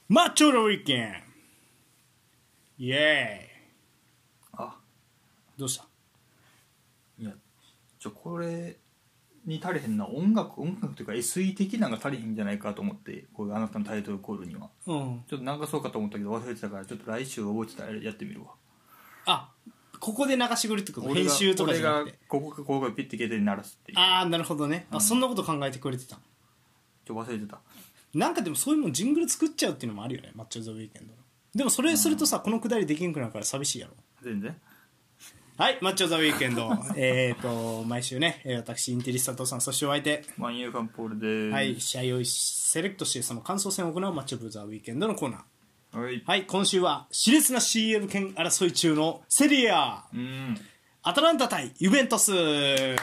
マッチョのウィーケンイエーイ。 あ、 どうした？ いや、これに足りへんな。音楽というか SE 的なのが足りへんじゃないかと思って、こういうあなたのタイトルコールにはうん。 ちょっと流そうかと思ったけど忘れてたから、ちょっと来週覚えてたらやってみるわ。 あ、ここで流しくるってこと？編集とかじゃなくて。 ここがピッて携帯に鳴らすっていう。 ああ、なるほどね。あ、そんなこと考えてくれてた。 忘れてた。 なんかでもそういうもんジングル作っちゃうっていうのもあるよね、マッチョ・ザ・ウィーケンドの。でもそれするとさ、このくだりできんくなるから寂しいやろ。 全然。 はい、マッチョ・ザ・ウィーケンド毎週ね、私インテリスタトさん、そしてお相手、 マンユーファンポールです。 はい、試合をセレクトしてその感想戦を行うマッチョ・ザ・ウィーケンドのコーナー。 はい。 はい、今週は熾烈な CL 権争い中のセリア、アタランタ対ユベントス、はい、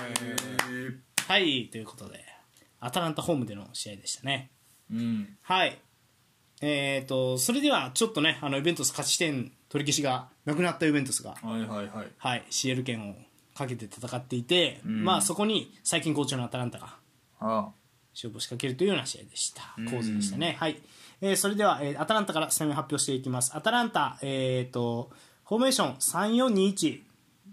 ということでアタランタホームでの試合でしたね。はい、それではちょっとね、ユベントス勝ち点取り消しがなくなったユベントスが、はい、CL 権をかけて戦っていて、まあそこに最近好調のアタランタが勝負を仕掛けるというような試合でした。構図でしたね。はい、それでは、アタランタからスタメン発表していきます。アタランタ、フォーメーション 3-4-2-1、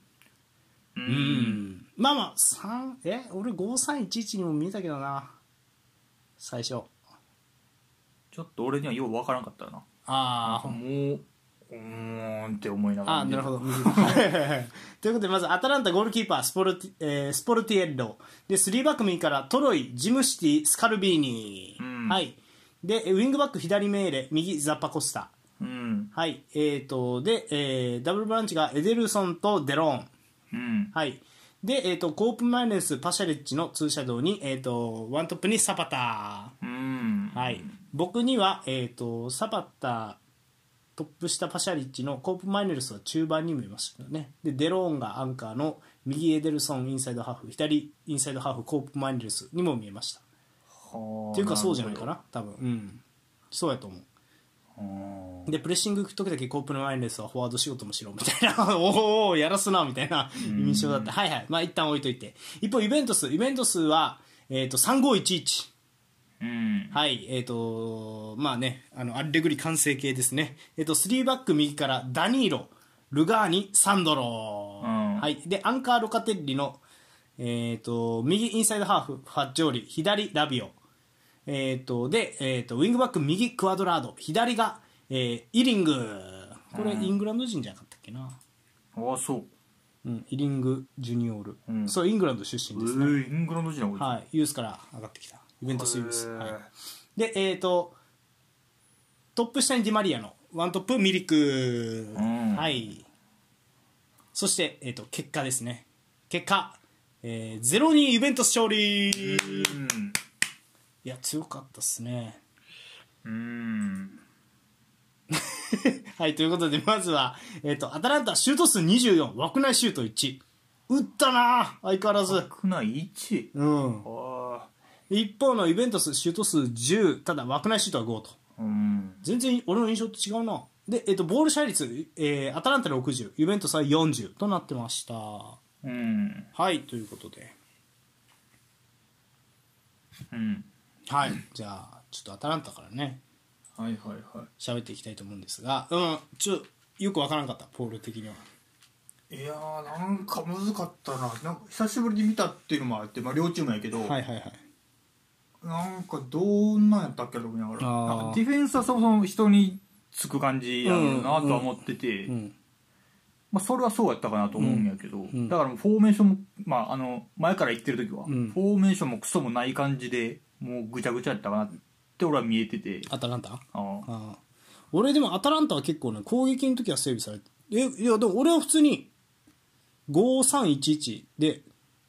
まあまあ俺 5-3-1-1 にも見えたけどな、最初。 ちょっと俺にはよう分からんかったな。もうって思いながら。 なるほど。ということで、まずアタランタゴールキーパースポルティエッロで、3バック右からトロイ、ジムシティ、スカルビーニ、はい、でウィングバック左メーレ、右ザッパコスタ、はい、で、ダブルブランチがエデルソンとデローン、はい、で、コープマイネスパシャリッチのツーシャドウに、ワントップにサパタ、はい、僕には、サパタトップ下パシャリッチのコープマイネルスは中盤に見えましたけどね。でデローンがアンカーの右エデルソンインサイドハーフ、左インサイドハーフコープマイネルスにも見えました。っていうかそうじゃないかな多分。そうやと思う。でプレッシング時だけコープマイネルスはフォワード仕事もしろみたいなおおやらすなみたいな印象だった。はいはい、まあ一旦置いといて、一方ユベントスは、3511、はい、まあね、アレグリ完成形ですね。3バック右からダニーロ、ルガーニ、サンドロ、はい、でアンカーロカテッリの、右インサイドハーフファッジョーリ、左ラビオ、で、ウィングバック右クアドラード、左が、イリング、これイングランド人じゃなかったっけな。 そう、 イリングジュニオール、そうイングランド出身ですね。 イングランド人なの、 はい、ユースから上がってきたイベントスユース、はい、でトップ下にディマリアのワントップミリク、はい、そして、結果ですね。結果、0-2ユベントス勝利。いや強かったっすね。はい、ということでまずは、アタランタシュート数24、枠内シュート1、打ったな相変わらず。 枠内1、 一方のユベントスシュート数10、ただ枠内シュートは5と、全然俺の印象と違うな。で、ボール支配率、アタランタ60、ユベントスは40となってました。はい、ということで、はい、じゃあちょっとアタランタからね喋っていきたいと思うんですが、よくわからなかった、ポール的には。 いやー、なんか難かったな。なんか久しぶりに見たっていうのもあって、両チームやけど、なんかどんなんやったっけと思いながら、なんかディフェンスはそもそも人につく感じやろうなとは思ってて、まあ、それはそうやったかなと思うんやけど、だからフォーメーションも、まあ、前から言ってる時は、フォーメーションもクソもない感じでもうぐちゃぐちゃやったかなって俺は見えてて。 アタランタ、俺でもアタランタは結構ね攻撃の時は整備されて、いやでも俺は普通に 5-3-1-1 で、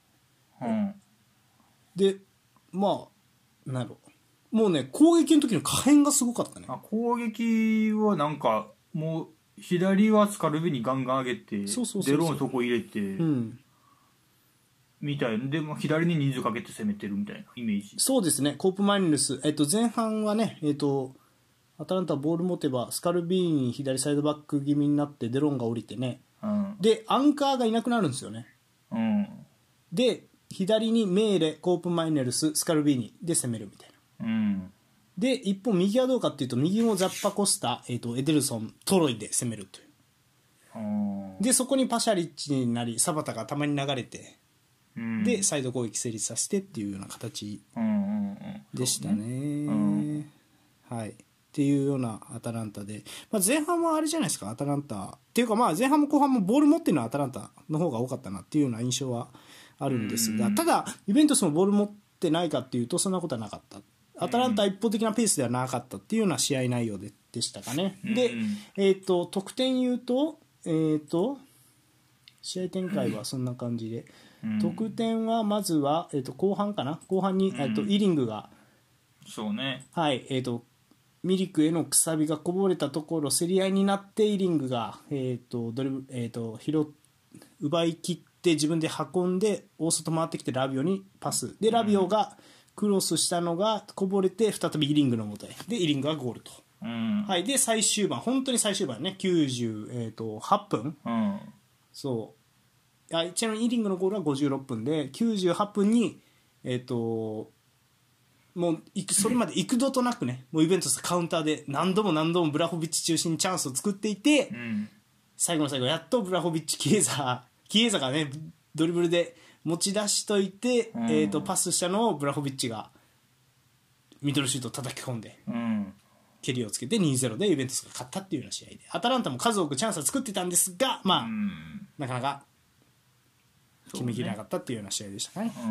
でまあなんやろ、もうね攻撃の時の可変がすごかったね。 攻撃はなんかもう左はスカルベにガンガン上げて、デローンそこ入れて、みたいでも左に人数かけて攻めてるみたいなイメージ。そうですね。 コープマイネルス、前半はね、アタランタボール持てばスカルビーニ左サイドバック気味になってデローンが降りてね、でアンカーがいなくなるんですよね。で左にメーレ、コープマイネルス、スカルビーニで攻めるみたいな。 で一方右はどうかっていうと、右もザッパコスタ、エデルソン、トロイで攻めるという。でそこにパシャリッチになりサバタがたまに流れて、でサイド攻撃成立させてっていうような形でしたね。はい、っていうようなアタランタで、前半はあれじゃないですか、アタランタっていうか、前半も後半もボール持ってるのはアタランタの方が多かったなっていうような印象はあるんですが、ただユベントスもボール持ってないかっていうとそんなことはなかった。アタランタは一方的なペースではなかったっていうような試合内容でしたかね。で、得点言うと、試合展開はそんな感じで、得点はまずは、後半かな、後半に、イリングが、 そうね、 はい、ミリクへのくさびがこぼれたところ競り合いになってイリングが、奪い切って自分で運んで大外回ってきてラビオにパスで、ラビオがクロスしたのがこぼれて再びイリングの元へでイリングがゴールと、はい、で最終盤、本当に最終盤ね、98分、そうちなみにイリングのゴールは56分で98分にもうそれまで幾度となくね、もうイベントスカウンターで何度もブラホビッチ中心にチャンスを作っていて、最後の最後やっとブラホビッチキエザがねドリブルで持ち出しといて、パスしたのをブラホビッチがミドルシュートを叩き込んで、蹴りをつけて 2-0 でユベントスが勝ったっていうような試合で、アタランタも数多くチャンスは作ってたんですが、なかなか決めきれなかったっていうような試合でしたね。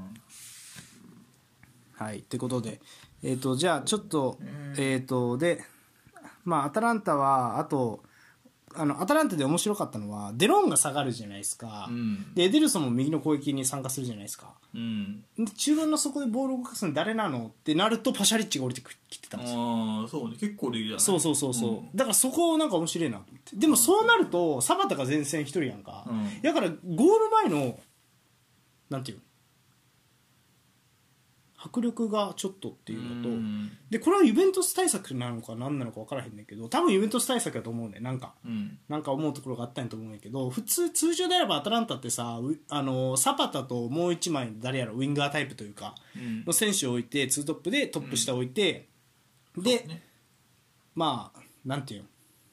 はい、ってことで、じゃあちょっと、で、アタランタはアタランタで面白かったのはデローンが下がるじゃないですか、でエデルソンも右の攻撃に参加するじゃないですか、で中盤の底でボールを動かすの誰なのってなるとパシャリッチが降りてきてたんですよ。 そうね、結構いるじゃない。 そう、だからそこなんか面白いなと思って。でもそうなるとサバタが前線一人やんか、だからゴール前のなんていうの迫力がちょっとっていうのと、でこれはユベントス対策なのか何なのか分からへんねんけど、多分ユベントス対策だと思うね。なんか思うところがあったんやと思うんやけど、通常であればアタランタってさ、サパタともう一枚誰やろウィンガータイプというか、の選手を置いてツートップでトップ下を置いて、で、なんていう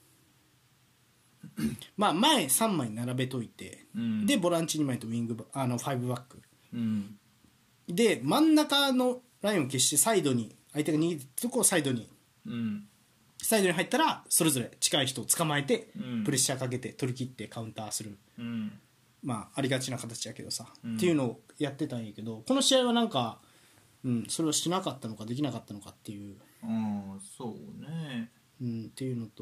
の前3枚並べといて、でボランチ2枚とウィング5バック、で真ん中のラインを消してサイドに相手が逃げてるとこをサイドに入ったらそれぞれ近い人を捕まえてプレッシャーかけて取り切ってカウンターする、ありがちな形やけどさ、っていうのをやってたんやけど、この試合はなんか、それをしなかったのかできなかったのかっていう、 そうね、 っていうのと、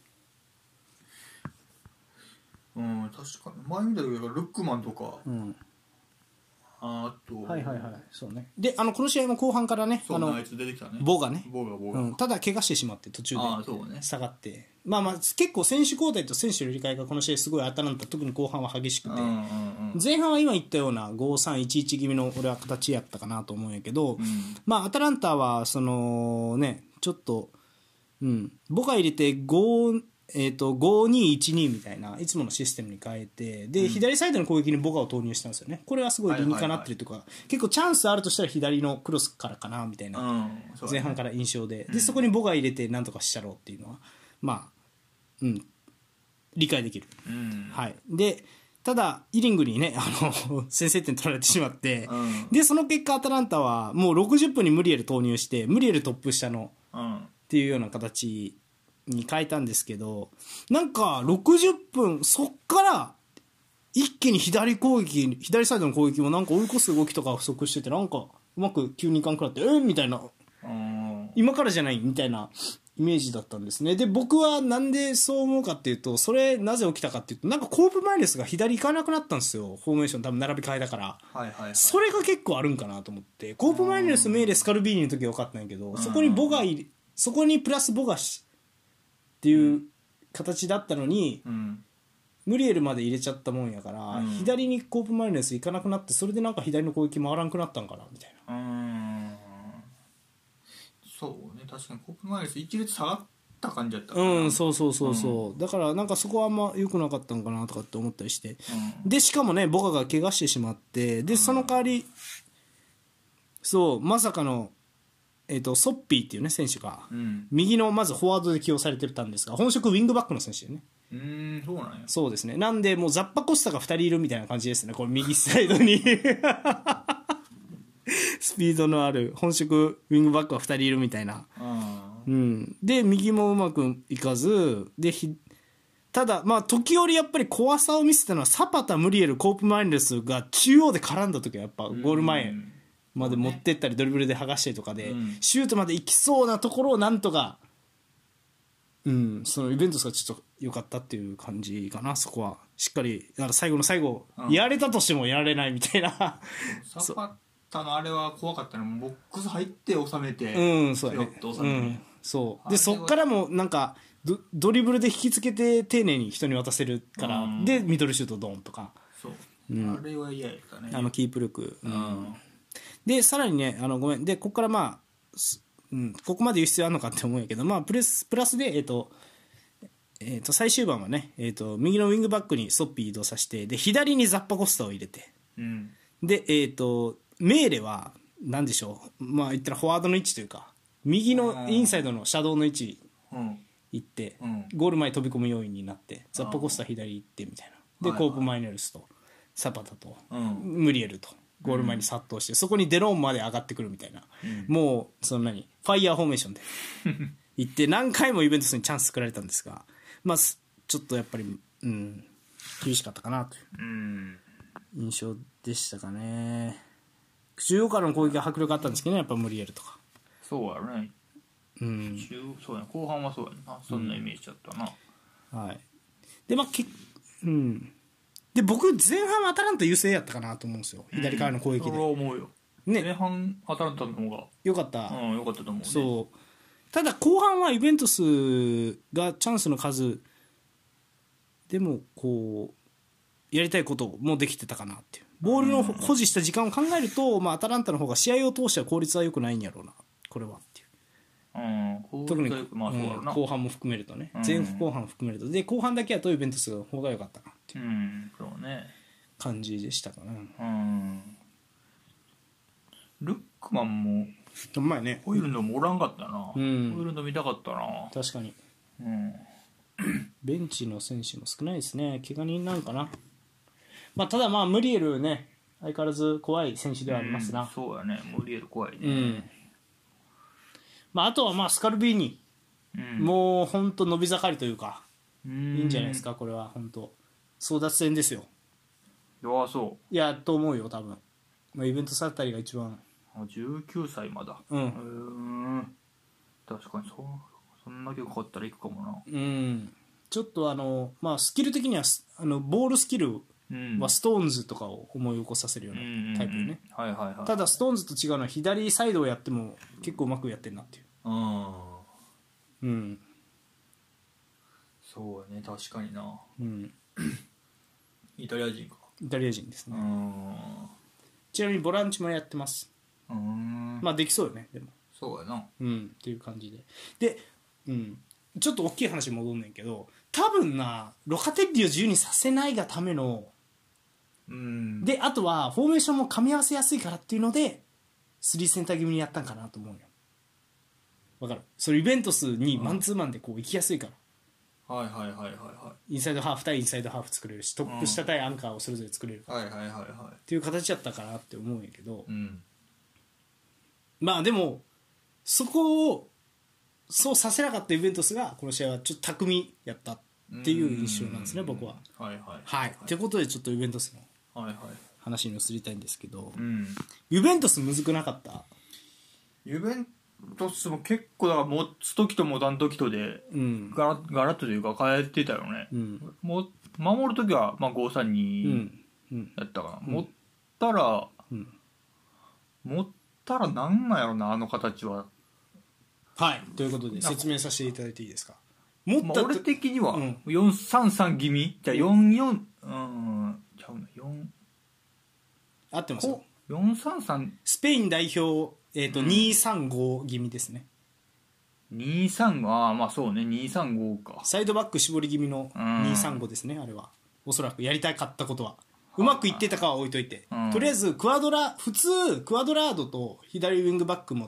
確かに前見た時はルックマンとか、あとそうね。でこの試合も後半からね、 あいつ出てきたね、 ボガね、 ボガ、 ただ怪我してしまって途中で下がって、結構選手交代と選手の入れ替えがこの試合すごいアタランタ特に後半は激しくて、前半は今言ったような 5-3-1-1 気味の俺は形やったかなと思うんやけど、アタランタはそのねちょっと、ボガ入れて5-2-1-2 みたいないつものシステムに変えて、で、左サイドの攻撃にボガを投入したんですよね。これはすごい理にかなってるというか、結構チャンスあるとしたら左のクロスからかなみたいな、前半から印象で、そこにボガ入れてなんとかしちゃろうっていうのは理解できる、はい。でただイリングにね先制点取られてしまって、でその結果アタランタはもう60分にムリエル投入してムリエルトップ下の、っていうような形に変えたんですけど、なんか60分そっから一気に左サイドの攻撃もなんか追い越す動きとか不足してて、なんかうまく急にいかんくなってみたいな、今からじゃないみたいなイメージだったんですね。で僕はなんでそう思うかっていうと、それなぜ起きたかっていうと、なんかコープマイネスが左行かなくなったんですよ、フォーメーション多分並び替えだから、それが結構あるんかなと思って、コープマイネスメイレスカルビーニの時は分かったんやけど、そこにプラスボガっていう形だったのに、ムリエルまで入れちゃったもんやから、左にコープマイネス行かなくなって、それでなんか左の攻撃回らんくなったんかなみたいな。 そうね、確かにコープマイネス一列下がった感じだったかな。そう、だからなんかそこはあんま良くなかったんかなとかって思ったりして、でしかもねボガが怪我してしまって、でその代わりまさかのソッピーっていうね選手が、 うん、 右のまずフォワードで起用されてたんですが、本職ウィングバックの選手でね。 そうなんや。 そうですね。なんでもうザッパコスタが2人いるみたいな感じですね、これ右サイドにスピードのある本職ウィングバックが2人いるみたいな、うん、で右もうまくいかずで、ただまあ時折やっぱり怖さを見せたのはサパタ、ムリエル、コープマイネルスが中央で絡んだ時はやっぱゴール前まで持ってったりドリブルで剥がしたりとかで、シュートまで行きそうなところをなんとか、そのイベントスがちょっと良かったっていう感じかな。そこはしっかりだから最後の最後、やれたとしてもやられないみたいなサパタのあれは怖かったの、ボックス入って収めて、 そうやね、そうでそっからもなんかドリブルで引きつけて丁寧に人に渡せるから、でミドルシュートドンとか、 そう、あれは嫌やったね、 キープ力、でさらにねごめんでここからまあ、ここまで言う必要あるのかって思うんやけど、まあプラスで最終盤はね、右のウィングバックにソッピー移動させて、で左にザッパコスタを入れて、でメーレは何でしょう、まあ言ったらフォワードの位置というか右のインサイドのシャドウの位置行って、ゴール前飛び込む要因になって、ザッパコスタ左行ってみたいなで、コープマイネルスとサパタと、ムリエルとゴール前に殺到して、そこにデローンまで上がってくるみたいな、もうそんなにファイヤーフォーメーションで行って何回もイベントスにチャンス作られたんですが、まあちょっとやっぱり、厳しかったかなという印象でしたかね。中央からの攻撃が迫力あったんですけどね、やっぱムリエルとか。 そうやね、そうや、後半はそうやな、そんなイメージだったな、 はい。でまあで僕前半アタランタ優勢やったかなと思うんですよ、左からの攻撃で。 それは思うよ、ね、前半アタランタの方が良かった、 良かったと思うね。 そうただ後半はイベントスがチャンスの数でもこうやりたいこともできてたかなっていう、ボールの保持した時間を考えると、アタランタの方が試合を通しては効率は良くないんやろうなこれはっていう、特に、後半も含めるとね、前後半含めるとで後半だけはとイベントスの方が良かったなっていう感じでしたかな。 ルックマンもうまいね、 ホイールンドもおらんかったな、ホイールンド見たかったな。 確かに、ベンチの選手も少ないですね、怪我人なんかな。ただムリエルね相変わらず怖い選手ではありますな、 そうやね、ムリエル怖いね、 あとはスカルビーニ、もう本当伸び盛りというか、いいんじゃないですか、これは本当争奪戦ですよ。いやと思うよ多分、イベントサッタリが一番。 19歳まだ、確かにそんだけかかったらいくかもな。 ちょっとスキル的にはボールスキルはストーンズとかを思い起こさせるようなタイプでね、ただストーンズと違うのは左サイドをやっても結構うまくやってるなっていう。 そうやね、確かにな、イタリア人か。 イタリア人ですね。ちなみにボランチもやってます。できそうよねでも。 そうやな、 っていう感じでちょっと大きい話に戻んねんけど、多分なロカテッリを自由にさせないがための、であとはフォーメーションも噛み合わせやすいからっていうので3センター気味にやったんかなと思うよ。わかる？それイベントスにマンツーマンでこう行きやすいから、インサイドハーフ対インサイドハーフ作れるし、トップ下対アンカーをそれぞれ作れるからっていう形だったかなって思うんやけど、でもそこをそうさせなかったイベントスがこの試合はちょっと巧みやったっていう印象なんですね、僕は。ということでちょっとイベントスの話に移りたいんですけど、ユベントスむずくなかった？ ユベントスも結構だから持つ時と持たん時とでガラッとというか変えてたよね。もう守る時は5-3-2やったかな。持ったらなんなんやろな、あの形は。 ということで説明させていただいていいですか。 俺的には4-3-3気味じゃあ4-4ちゃうな4 合ってますよ。 4-3-3 スペイン代表2-3-5気味ですね。 2-3そうね、2-3-5か。 サイドバック絞り気味の2-3-5ですね。あれはおそらくやりたかったことはうまくいってたかは置いといて、とりあえず普通クアドラードと左ウィングバックも多分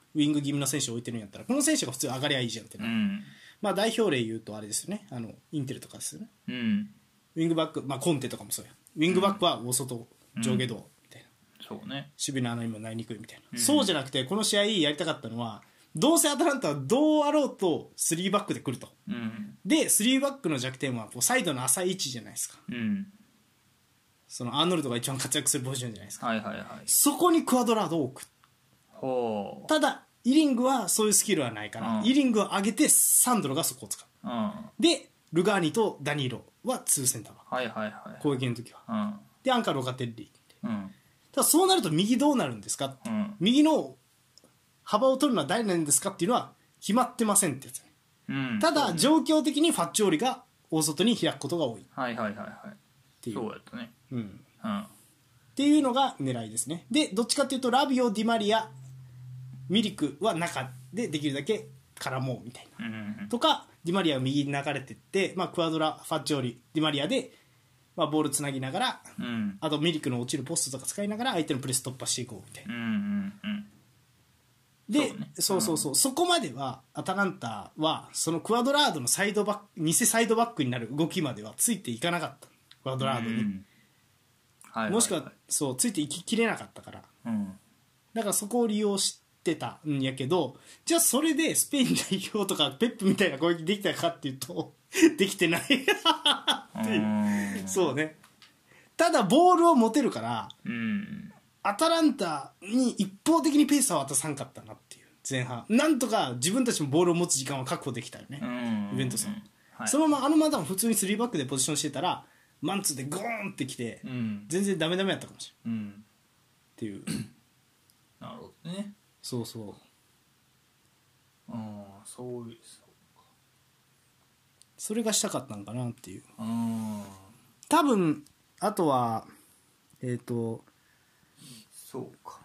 ウィング気味の選手を置いてるんやったらこの選手が普通上がりゃいいじゃんってな、まあ、代表例言うとあれですよね、インテルとかですよね、ウィングバック、まあ、コンテとかもそうや、ウィングバックは大外上下動みたいな、 そうね、 守備の穴にもなりにくいみたいな、そうじゃなくてこの試合やりたかったのはどうせアタランタはどうあろうと3バックで来ると、で3バックの弱点はこうサイドの浅い位置じゃないですか、そのアーノルドが一番活躍するポジションじゃないですか、そこにクアドラードを置く。ただイリングはそういうスキルはないから、イリングを上げてサンドロがそこを使う、でルガーニとダニーロは2センターバック、攻撃の時は、でアンカーロカテッリ、ただそうなると右どうなるんですか、右の幅を取るのは誰なんですかっていうのは決まってませんってやつ、ただ状況的にファッチョーリが大外に開くことが多いっていう、 そうやったね、 っていうのが狙いですね。でどっちかっていうとラビオ、ディマリア、ミリクは中でできるだけ絡もうみたいな、とかディマリアが右に流れてって、まあ、クアドラ、ファッチョーリ、ディマリアで、まあ、ボールつなぎながら、あとミリクの落ちるポストとか使いながら相手のプレス突破していこうみたいな、でそこまではアタランタはそのクアドラードのサイドバック、偽サイドバックになる動きまではついていかなかった、クアドラードに、もしくはそうついていききれなかったから、だからそこを利用してたんやけど、じゃあそれでスペイン代表とかペップみたいな攻撃できたかっていうとできてないっていうそうね。ただボールを持てるから、アタランタに一方的にペースは渡さんかったなっていう、前半なんとか自分たちもボールを持つ時間を確保できたよね、イベントさん、そのままマダム普通に3バックでポジションしてたらマンツーでゴーンってきて、全然ダメやったかもしれない、っていうなるほどね、 そうそれがしたかったんかなっていう、多分あとはそうか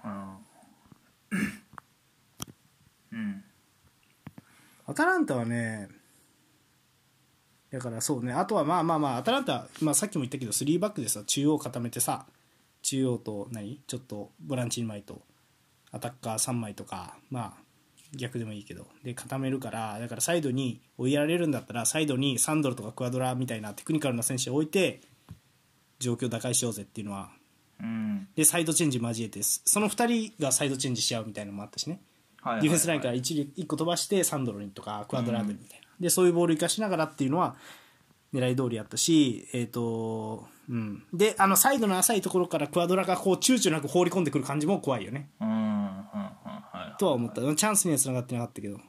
アタランタはね、だからそうね、あとはまあアタランタ、さっきも言ったけど3バックでさ中央固めてさ、中央とちょっとボランチ2枚とアタッカー3枚とか、逆でもいいけどで固めるから、だからサイドに追いやられるんだったらサイドにサンドロとかクアドラみたいなテクニカルな選手を置いて状況を打開しようぜっていうのは、でサイドチェンジ交えてその2人がサイドチェンジしちゃうみたいなのもあったしね、ディフェンスラインから 1個飛ばしてサンドロにとかクアドラードにみたいな、でそういうボール生かしながらっていうのは狙い通りやったし、でサイドの浅いところからクアドラがこう躊躇なく放り込んでくる感じも怖いよね、とは思った。チャンスにはつながってなかったけど、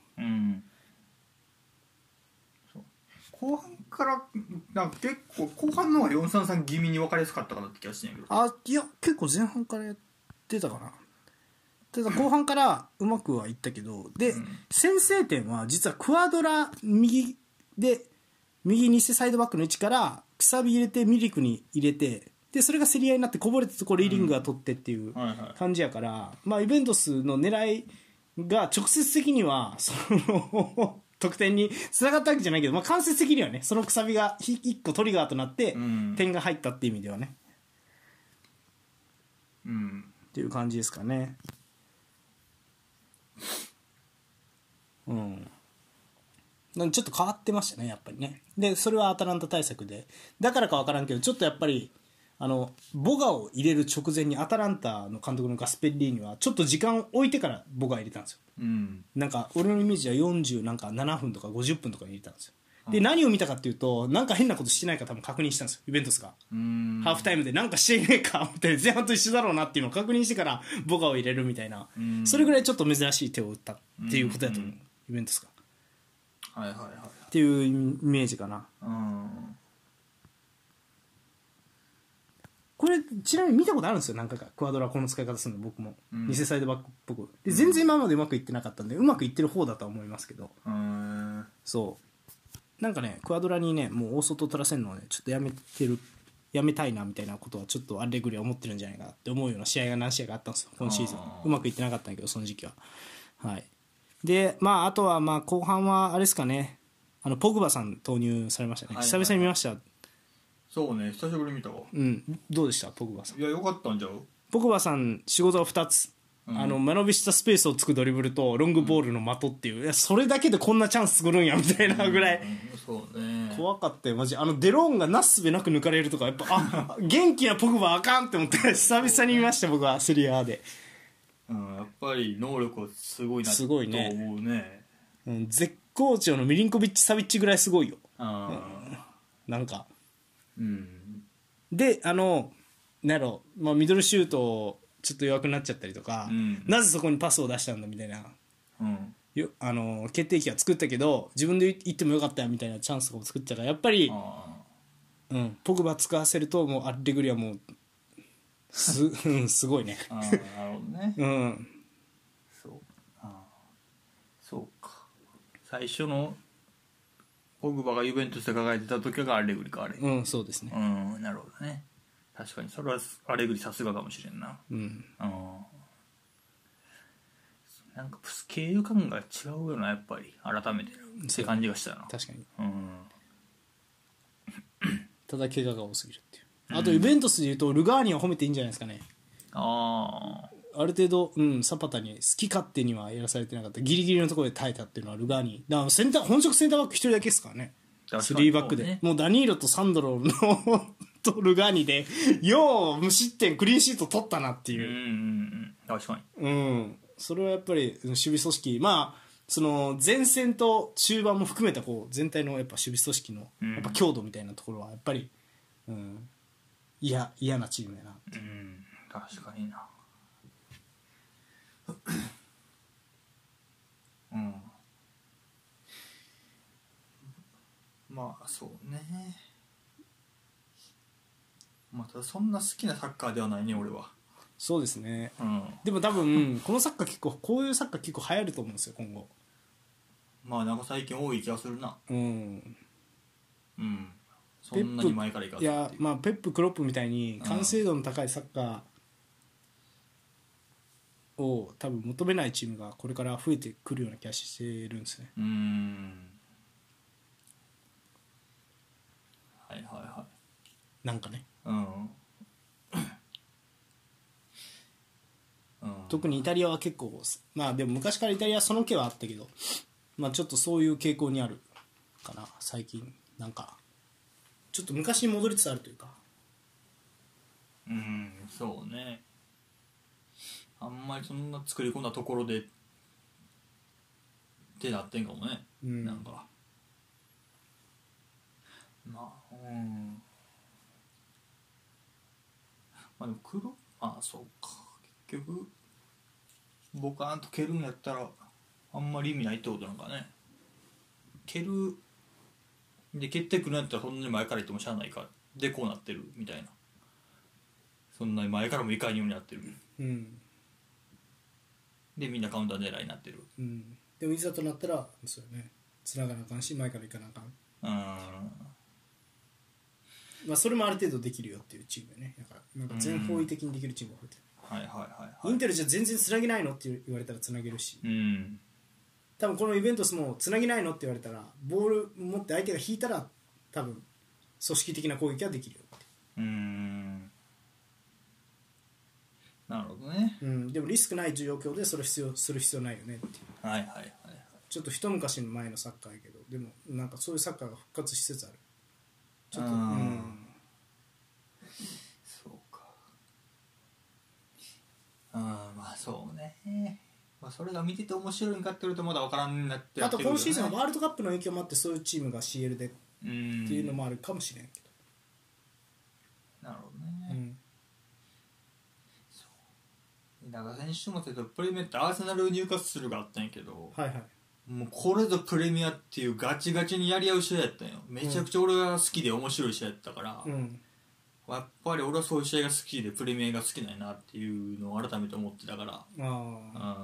後半からなんか結構後半の方が4-3-3気味に分かりやすかったかなって気がしてんけど、 いや結構前半からやってたかな。ただ後半からうまくはいったけど、で、先制点は実はクアドラ右偽サイドバックの位置からくさび入れてミリクに入れて、でそれが競り合いになってこぼれたところイリングが取ってっていう感じやから、イベントスの狙いが直接的にはその得点につながったわけじゃないけど、間接的にはねそのくさびが1個トリガーとなって点が入ったっていう意味ではね、っていう感じですかね。ちょっと変わってましたねやっぱりね。でそれはアタランタ対策でだからか分からんけど、ちょっとやっぱりボガを入れる直前にアタランタの監督のガスペッリーニはちょっと時間置いてからボガ入れたんですよ、なんか俺のイメージは47分とか50分とかに入れたんですよ。で何を見たかっていうと、なんか変なことしてないか多分確認したんですよイベントスが。ハーフタイムでなんかしていねえかみたいな、前半と一緒だろうなっていうのを確認してからボガを入れるみたいな、それぐらいちょっと珍しい手を打ったっていうことだと思う、イベントスがっていうイメージかな。これちなみに見たことあるんですよ何回か、クアドラこの使い方するの僕も、偽サイドバックっぽくで全然今までうまくいってなかったんでうまくいってる方だとは思いますけど、そうなんかねクアドラにねもう大外取らせるのをねちょっとやめたいなみたいなことはちょっとアレグリは思ってるんじゃないかなって思うような試合が何試合かあったんですよ今シーズン。うまくいってなかったんだけどその時期は。であとは後半はあれですかね、ポグバさん投入されましたね、久々に見ました。 そうね、久しぶりに見たわ。 どうでしたポグバさん。 いや良かったんじゃう。 ポグバさん仕事は2つ間延びしたスペースをつくドリブルとロングボールの的っていう、いやそれだけでこんなチャンス作るんやみたいなぐらい、 そうね、 怖かったよマジ。デローンがなすすべなく抜かれるとか、やっぱ元気なポグバあかんって思って久々に見ました僕はセリアで。 やっぱり能力はすごいなと思うね。 絶好調のミリンコビッチ・サビッチぐらいすごいよ。なんか、でなんやろ、ミドルシュートちょっと弱くなっちゃったりとか、なぜそこにパスを出したんだみたいな、決定機は作ったけど自分で行ってもよかったよみたいなチャンスを作っちゃうから、やっぱり、ポグバ使わせるともうアレグリはもうすごいね。 なるほどね。そうか。最初のポグバがユベントスで抱えてた時がアレグリかあれ。 そうですね。 なるほどね。確かにそれはアレグリさすがかもしれんな。なんか経由感が違うよなやっぱり改めてって感じがしたな。 確かに。ただ怪我が多すぎるっていう。あとユベントスでいうとルガーニは褒めていいんじゃないですかね。ある程度、サパタに好き勝手にはやらされてなかった、ギリギリのところで耐えたっていうのはルガーニだから本職センターバック一人だけですからね。3バックでもうダニーロとサンドロのとルガーニでよう無失点クリーンシート取ったなっていう。 確かに。 それはやっぱり守備組織、その前線と中盤も含めたこう全体のやっぱ守備組織のやっぱ強度みたいなところはやっぱり、嫌なチームやなって。 確かにな。そうね。ただそんな好きなサッカーではないね俺は。 そうですね、でも多分このサッカーこういうサッカー結構流行ると思うんですよ今後。 なんか最近多い気がするな。そんなに前からいかずっていう。 いやペップクロップみたいに完成度の高いサッカーを多分求めないチームがこれから増えてくるような気がしてるんですね。なんかね、特にイタリアは結構でも昔からイタリアはその気はあったけど、ちょっとそういう傾向にあるかな最近。なんかちょっと昔に戻りつつあるというか。 そうね。あんまりそんな作り込んだところでってなってんかもね。なんかでもそうか。結局ボカーンと蹴るんやったらあんまり意味ないってことなんかね。蹴るで蹴ってくるんやったらそんなに前から行ってもしゃあないかでこうなってるみたいな。そんなに前からもいかんようになってる、でみんなカウンター狙いになってる、 でもいざとなったらそうよね、繋がなあかんし前から行かなあかん。それもある程度できるよっていうチームよね。なんか全方位的にできるチームが増えてる。インテルじゃ全然つなげないのって言われたらつなげるし、多分このイベントスもつなげないのって言われたらボール持って相手が引いたら多分組織的な攻撃はできるよって。 なるほどね。 でもリスクない状況でそれする必要ないよねっていう。ちょっと一昔前のサッカーやけど、でもなんかそういうサッカーが復活しつつある。ちょっとそうか。そうね。それが見てて面白いんかって言うとまだ分からんなってやってるけどね。 あと今シーズンはワールドカップの影響もあってそういうチームが CL でっていうのもあるかもしれんけど。なるほどね。だから先週も言ったけどプレミアってアーセナル入荷するがあったんやけど、もうこれぞプレミアっていうガチガチにやり合う試合やったんよ。めちゃくちゃ俺が好きで面白い試合やったから、やっぱり俺はそういう試合が好きでプレミアが好きなんやなっていうのを改めて思ってたから、も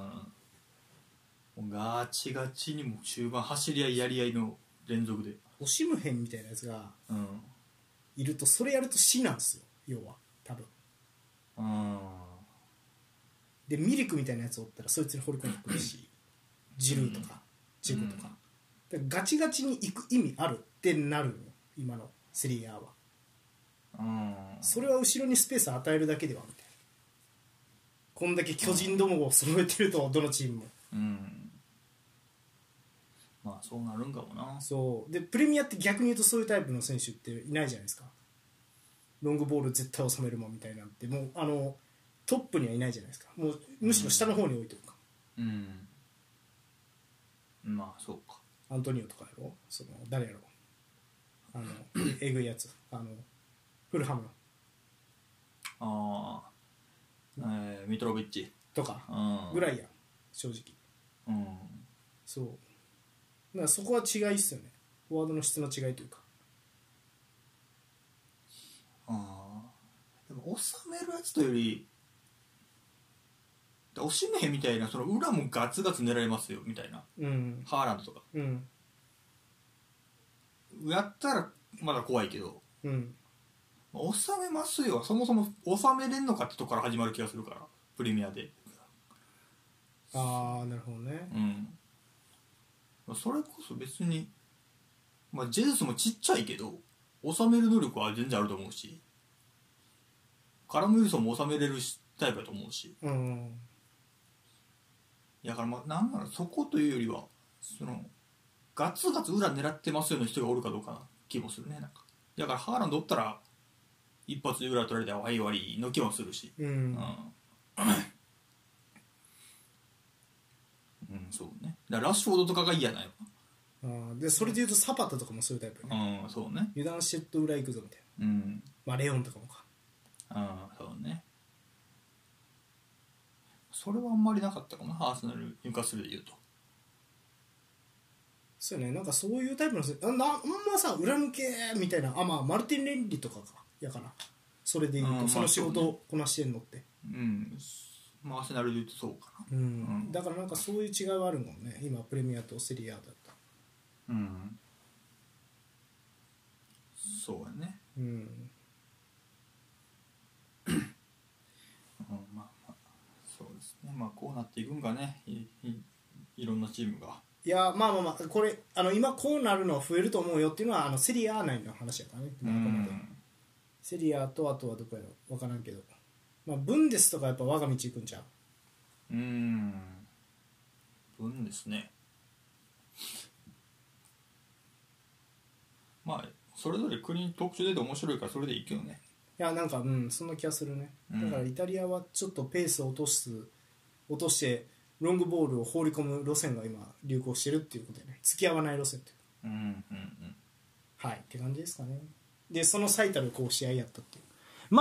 うガチガチにもう中盤走り合いやり合いの連続でオシムヘンみたいなやつがいるとそれやると死なんですよ要は多分。でミリクみたいなやつおったらそいつに掘り込んでくるしジルーとかジェコとか、だからガチガチに行く意味あるってなるのよ今のセリエ A は。それは後ろにスペース与えるだけではみたいな。 こんだけ巨人どもを揃えてると、どのチームも。 まあそうなるんかもな。 そうでプレミアって逆に言うとそういうタイプの選手っていないじゃないですか。ロングボール絶対収めるもんみたいなんてもうトップにはいないじゃないですか。もうむしろ下の方に置いてるか。 まあそうか。 アントニオとかやろ、誰やろ、えぐいやつ、フルハムのミトロビッチとかぐらいやん正直。そうだからそこは違いっすよね、フォワードの質の違いというか。 でも収めるやつというよりオシメヘみたいなその裏もガツガツ狙えますよみたいな、ハーランドとか、やったらまだ怖いけど、収めますよはそもそも収めれんのかってとこから始まる気がするから、プレミアで。 ああなるほどね。 それこそ別に、ジェズスもちっちゃいけど収める能力は全然あると思うし、カラム・ウィルソンも収めれるタイプだと思うし、だからなんならそこというよりはガツガツ裏狙ってますよの人がおるかどうかな気もするね。なんかだからハーランドおったら一発で裏取られてワイワイの気もするし、そうね。だからラッシュフォードとかが嫌なよ。 でそれでいうとサパタとかもそういうタイプね。 そうね。 油断してっと裏行くぞみたいな。レオンとかもか。 そうね。それはあんまりなかったかな、アーセナルニューカッスルで言うと。 そうよね、なんかそういうタイプのあんまさ裏抜けみたいな、マルティン・レンリとかかやから、それで言うとその仕事をこなしてんのって、 アーセナルで言うとそうかな。 だからなんかそういう違いはあるもんね、今プレミアとセリアだった。 そうやね。そうですね。こうなっていくんかね、いろんなチームが。 いやこれ今こうなるのは増えると思うよっていうのはセリア内の話やからね。セリアとあとはどこやろ分からんけど、ブンデスとかやっぱ我が道行くんちゃう。 ブンデスね。それぞれ国に特徴出て面白いからそれでいいけどね。 いやなんかそんな気がするね。だからイタリアはちょっとペースを落としてロングボールを放り込む路線が今流行してるっていうことでね、付き合わない路線という、はいって感じですかね。でその最たるこう試合やったっていう。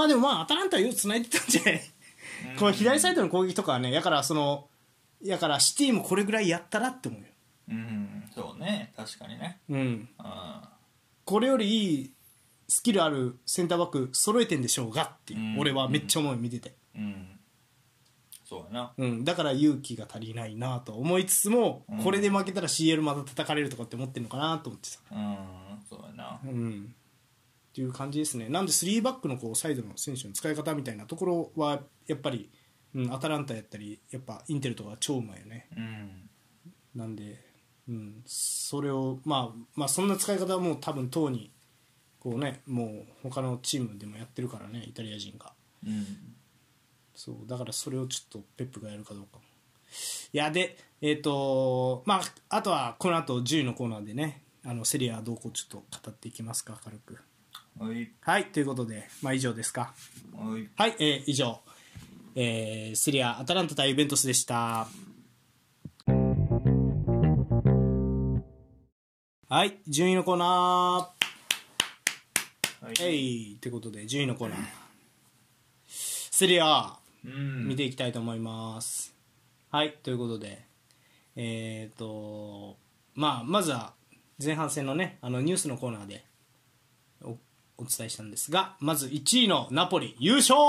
でもアタランタはよく繋いでたんじゃないこの左サイドの攻撃とかはね、やからシティもこれぐらいやったらって思うよ。 そうね、確かにね。 これよりいいスキルあるセンターバック揃えてんでしょうがっていう、俺はめっちゃ思う見てて、 そうやな、 だから勇気が足りないなと思いつつも、これで負けたら CL また叩かれるとかって思ってるのかなと思ってさ、 そうやな、 っていう感じですね。なんで3バックのこうサイドの選手の使い方みたいなところはやっぱり、アタランタやったりやっぱインテルとか超うまいよね。なんで、それをそんな使い方はもう多分とうにこうね、もう他のチームでもやってるからね、イタリア人が。そうだからそれをちょっとペップがやるかどうかも。いやであとはこの後10位のコーナーでね、セリアどうこうちょっと語っていきますか、軽く。はいということで以上ですか。はい、以上、セリアアタランタ対ユベントスでした。はい順位のコーナー、ということで順位のコーナーセリア見ていきたいと思います。はいということでまずは前半戦のねニュースのコーナーでお伝えしたんですが、まず1位のナポリ優勝、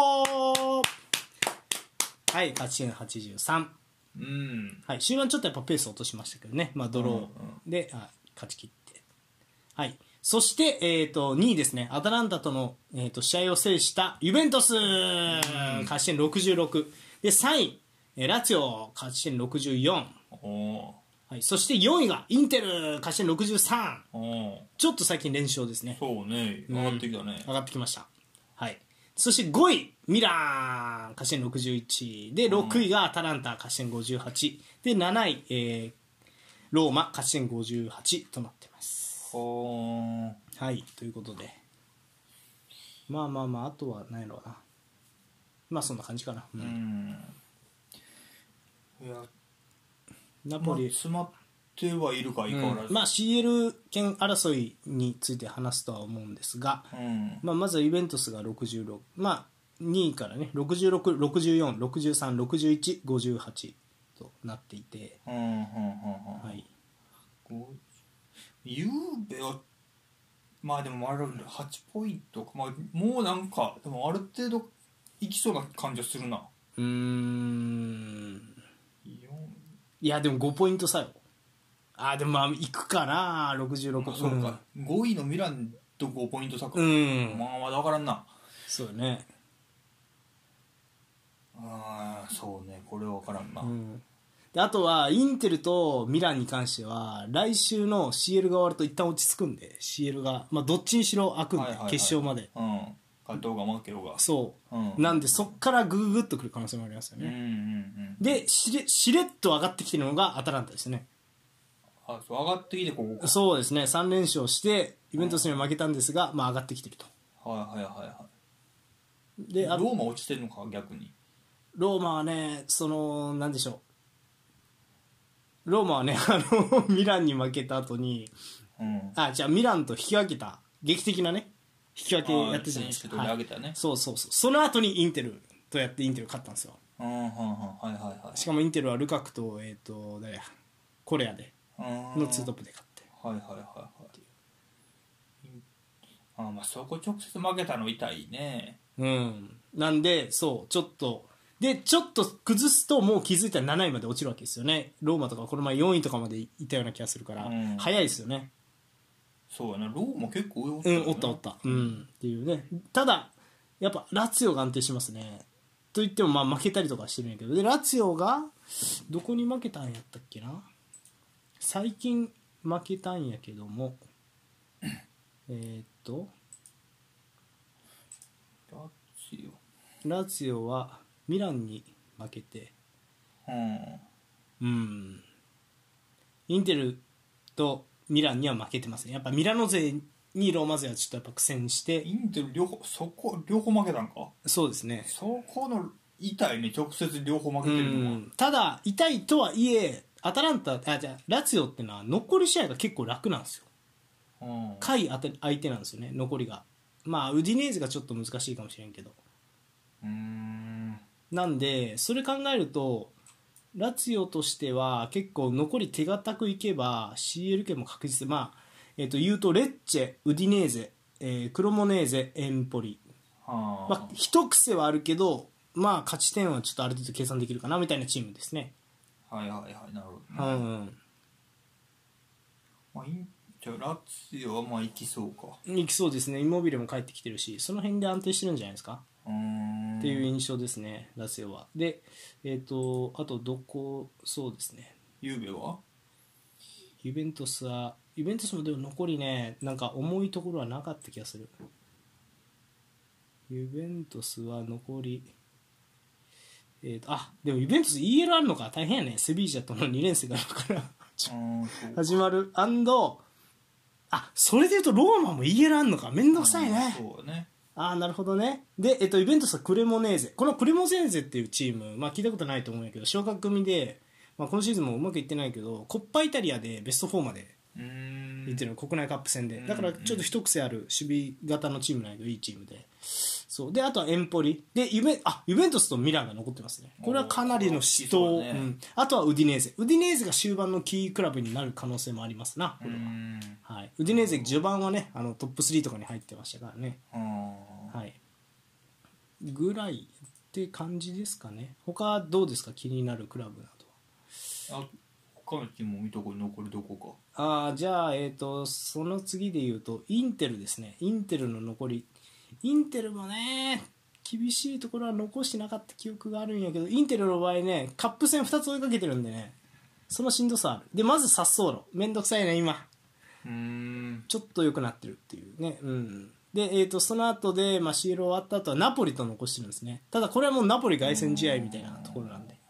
はい勝ち点83、はい、終盤ちょっとやっぱペース落としましたけどね、ドローで勝ち切って、はい、そして、2位ですね、アタランタとの、試合を制したユベントス、勝ち点66で、3位ラツィオ勝ち点64、はい、そして4位がインテル勝ち点63、ちょっと最近連勝ですね。 そうね、上がってきたね、 上がってきました。はいそして5位ミラン勝ち点61で、6位がアタランタ勝ち点58で、7位、ローマ勝ち点58となってます。はい、ということで、まああとはないのかな。まあそんな感じかな。 いや、 ナポリ、 詰まってはいるか、いかわらず。 CL 権争いについて話すとは思うんですが、まずはユベントスが66、2位からね、66、64、63、61、58となっていて、 ゆうべはでも8ポイントか、もうなんかでもある程度いきそうな感じはするな。 いやでも5ポイント差よ。でもいくかな、66。 そうか、5位のミランと5ポイント差か。まだ分からんな。 そうよね。 そうね、これは分からんな。 であとはインテルとミランに関しては来週の CL が終わると一旦落ち着くんで、 CL がどっちにしろ開くんで、決勝まで、 勝とうが負けようが、 そう、なんでそっからググッとくる可能性もありますよね。でしれっと上がってきてるのがアタランタですね。 そう上がってきてここか。 そうですね、3連勝してイベントスには負けたんですが、上がってきてると。 でローマ落ちてるのか。逆にローマはね、なんでしょう、ローマはねミランに負けた後に、じゃあミランと引き分けた劇的なね引き分けやってたじゃないですか。そうその後にインテルとやってインテル勝ったんですよ。しかもインテルはルカクと誰やコレアでの2トップで勝って、 そこ直接負けたの痛いね。 なんでちょっと崩すともう気づいたら7位まで落ちるわけですよね。ローマとかこの前4位とかまでいったような気がするから、早いですよね。 そうやな、ローマ結構上おったよね。 おったっていうね。ただやっぱラツィオが安定してますね。といっても負けたりとかしてるんやけど、でラツィオがどこに負けたんやったっけな、最近負けたんやけどもラツィオはミランに負けて、インテルとミランには負けてますね。やっぱミラノ勢にローマ勢はちょっとやっぱ苦戦して、 インテル両方負けたんか。 そうですね、 そこの痛いね、直接両方負けてるのは。 ただ痛いとはいえアタランタラツィオってのは残り試合が結構楽なんですよ。下位相手なんですよね、残りが。ウディネーゼがちょっと難しいかもしれんけど、なんでそれ考えるとラツィオとしては結構残り手堅くいけば CL 圏も確実で、言うとレッチェ、ウディネーゼ、クロモネーゼ、エンポリ、一癖はあるけど勝ち点はちょっとある程度計算できるかなみたいなチームですね。 なるほど、じゃあラツィオは行きそうか。 行きそうですね。インモビレも帰ってきてるし、その辺で安定してるんじゃないですかっていう印象ですね、ラツィオは。であとそうですね、 ユベントスもでも残りね、なんか重いところはなかった気がする。ユベントスは残りでもユベントス EL あるのか、大変やね。セビージャとの2連戦があるから始まる。それでいうとローマも EL あんのか、めんどくさいね。 そうね。 なるほどね。で、ユベントスはクレモネーゼ、このクレモネーゼっていうチーム、聞いたことないと思うんやけど、昇格組で、今シーズンもうまくいってないけどコッパイタリアでベスト4まで行ってるの、国内カップ戦で。だからちょっと一癖ある守備型のチームなんやけど、いいチームで。そうで、あとはエンポリでユベントスとミランが残ってますね。これはかなりの死闘、あとはウディネーゼが終盤のキークラブになる可能性もありますな、これは。ウディネーゼ序盤はねトップ3とかに入ってましたからね。ぐらいって感じですかね。他どうですか、気になるクラブなどは。 他のチームも見とこ残りどこか。 じゃあその次で言うとインテルですね。インテルの残り、インテルもね厳しいところは残してなかった記憶があるんやけど、インテルの場合ねカップ戦2つ追いかけてるんでね、そのしんどさある。でまず滑走路めんどくさいね今、ちょっと良くなってるっていうね。 で、その後で、まあ、CL 終わった後はナポリと残してるんですね。ただこれはもうナポリ凱旋試合みたいなところなんで、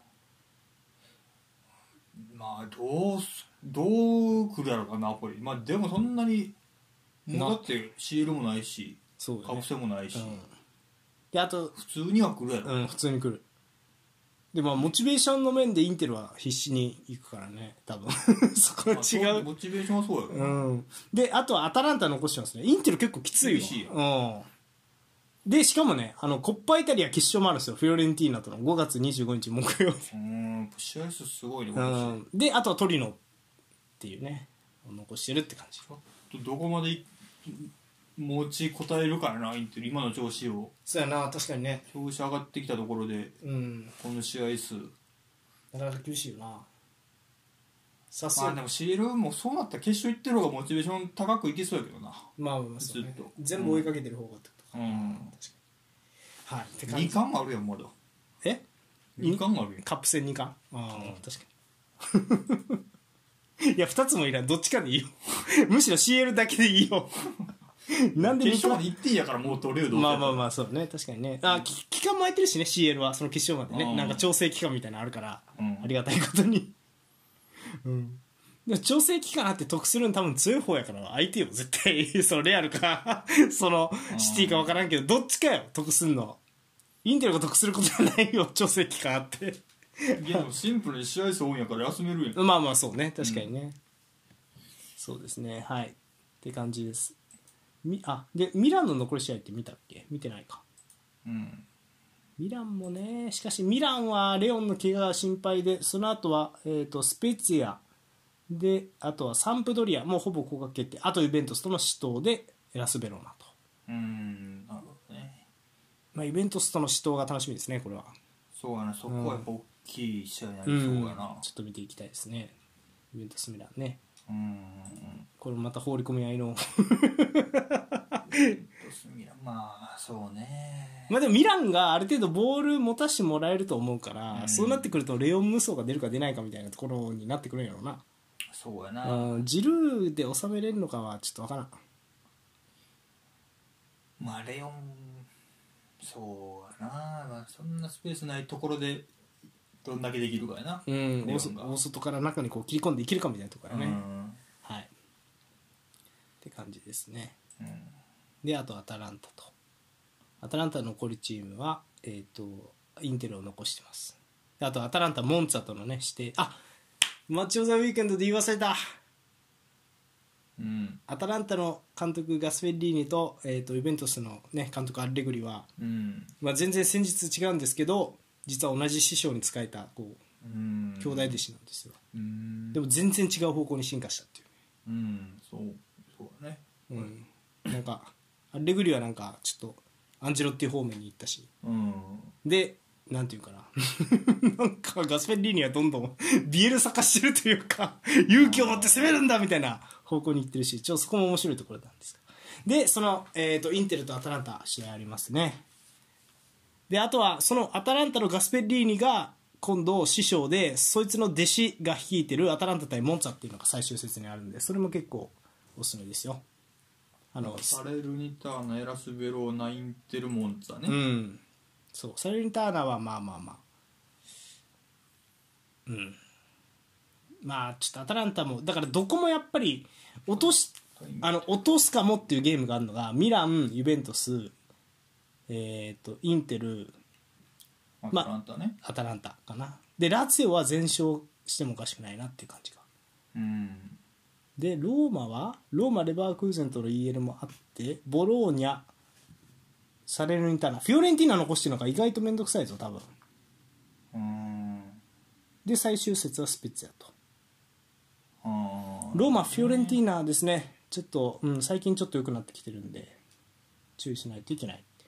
まあどう来るやろうかナポリ。まあでもそんなにもうだって CL もないし、 そうね、 カップ戦もないし、 であと普通には来るやろ。 普通に来る。でまあモチベーションの面でインテルは必死に行くからね多分そこは違う。 モチベーションはそうやろ、 であとはアタランタ残してますね。インテル結構きついよ。 厳しいでしかもねコッパイタリア決勝もあるんですよ。フィオレンティーナとの5月25日木曜日。 試合数すごいね。 であとはトリノっていうね残してるって感じ。 ちょっとどこまで持ちこたえるからなインテル今の調子を。 そうやな確かにね。 調子上がってきたところで、この試合数なかなか厳しいよな。さすがでも CL もそうなったら決勝行ってる方がモチベーション高くいきそうやけどな。 まあそうね、ずっと全部追いかけてる方がってことか、確かにはいって感じ。 2冠あるやんまだ。2冠あるやん。 カップ戦2冠確かにいや2つもいらん。どっちかでいいよむしろ CL だけでいいよなんで決勝まで行っていいやからもう取れる。 まあそうね確かにね。期間も空いてるしね CL はその決勝までね、なんか調整期間みたいなのあるから、ありがたいことにでも調整期間あって得するの多分強い方やから相手よ絶対そのレアルかそのシティか分からんけどどっちかよ得するの。インテルが得することはないよ調整期間あっていやでもシンプルに試合数多いんやから休めるやん。 まあそうね確かにね、そうですねはいって感じです。でミランの残り試合って見たっけ？見てないか。ミランもねしかしミランはレオンの怪我が心配でその後は、スペツィアであとはサンプドリアもうほぼ降格決定。あとユベントスとの死闘でエラスベロナと。 なるほどね。 まあユベントスとの死闘が楽しみですねこれは。 そうやなそこはやっぱ大きい試合になりそうやな、 ちょっと見ていきたいですねユベントスミランね。これまた放り込み合いのまあそうね。 まあでもミランがある程度ボール持たしてもらえると思うから、そうなってくるとレオン無双が出るか出ないかみたいなところになってくるんやろうな。 そうやな、 ジルーで収めれるのかはちょっと分からん。 まあレオンそうやな、まあ、そんなスペースないところでどんだけできるかやな、 大外から中にこう切り込んでいけるかみたいなところやね、はいって感じですね、であとアタランタの残りチームはインテルを残してます。であとアタランタモンツァとのね指定マッチオブザウィークエンドで言い忘れた、アタランタの監督ガスペッリーニと、ユベントスの、ね、監督アレグリは、全然戦術違うんですけど実は同じ師匠に仕えた兄弟弟子なんですよ。でも全然違う方向に進化したっていう、 そうだね、 なんかアレグリはなんかちょっとアンジェロっていう方面に行ったし、でなんていうかななんかガスペッリーニはどんどんビエルサ化してるというか勇気を持って攻めるんだみたいな方向に行ってるしそこも面白いところなんですが、でその、インテルとアタランタ試合ありますね。であとはそのアタランタのガスペッリーニが今度師匠でそいつの弟子が率いてるアタランタ対モンツァっていうのが最終節にあるんでそれも結構おすすめですよ。 サレルニターナエラスベローナインテルモンツァね、 そうサレルニターナはまあちょっとアタランタもだからどこもやっぱり落とすかもっていうゲームがあるのがミラン、ユベントス、インテル、 アタランタね、 アタランタかな。でラツィオは全勝してもおかしくないなっていう感じが、でローマレバークーゼンとの EL もあってボローニャサレルニターナフィオレンティーナ残してるのが意外と面倒くさいぞ多分。で最終節はスペッツァとローマフィオレンティーナですね。ちょっと、最近ちょっと良くなってきてるんで注意しないといけないって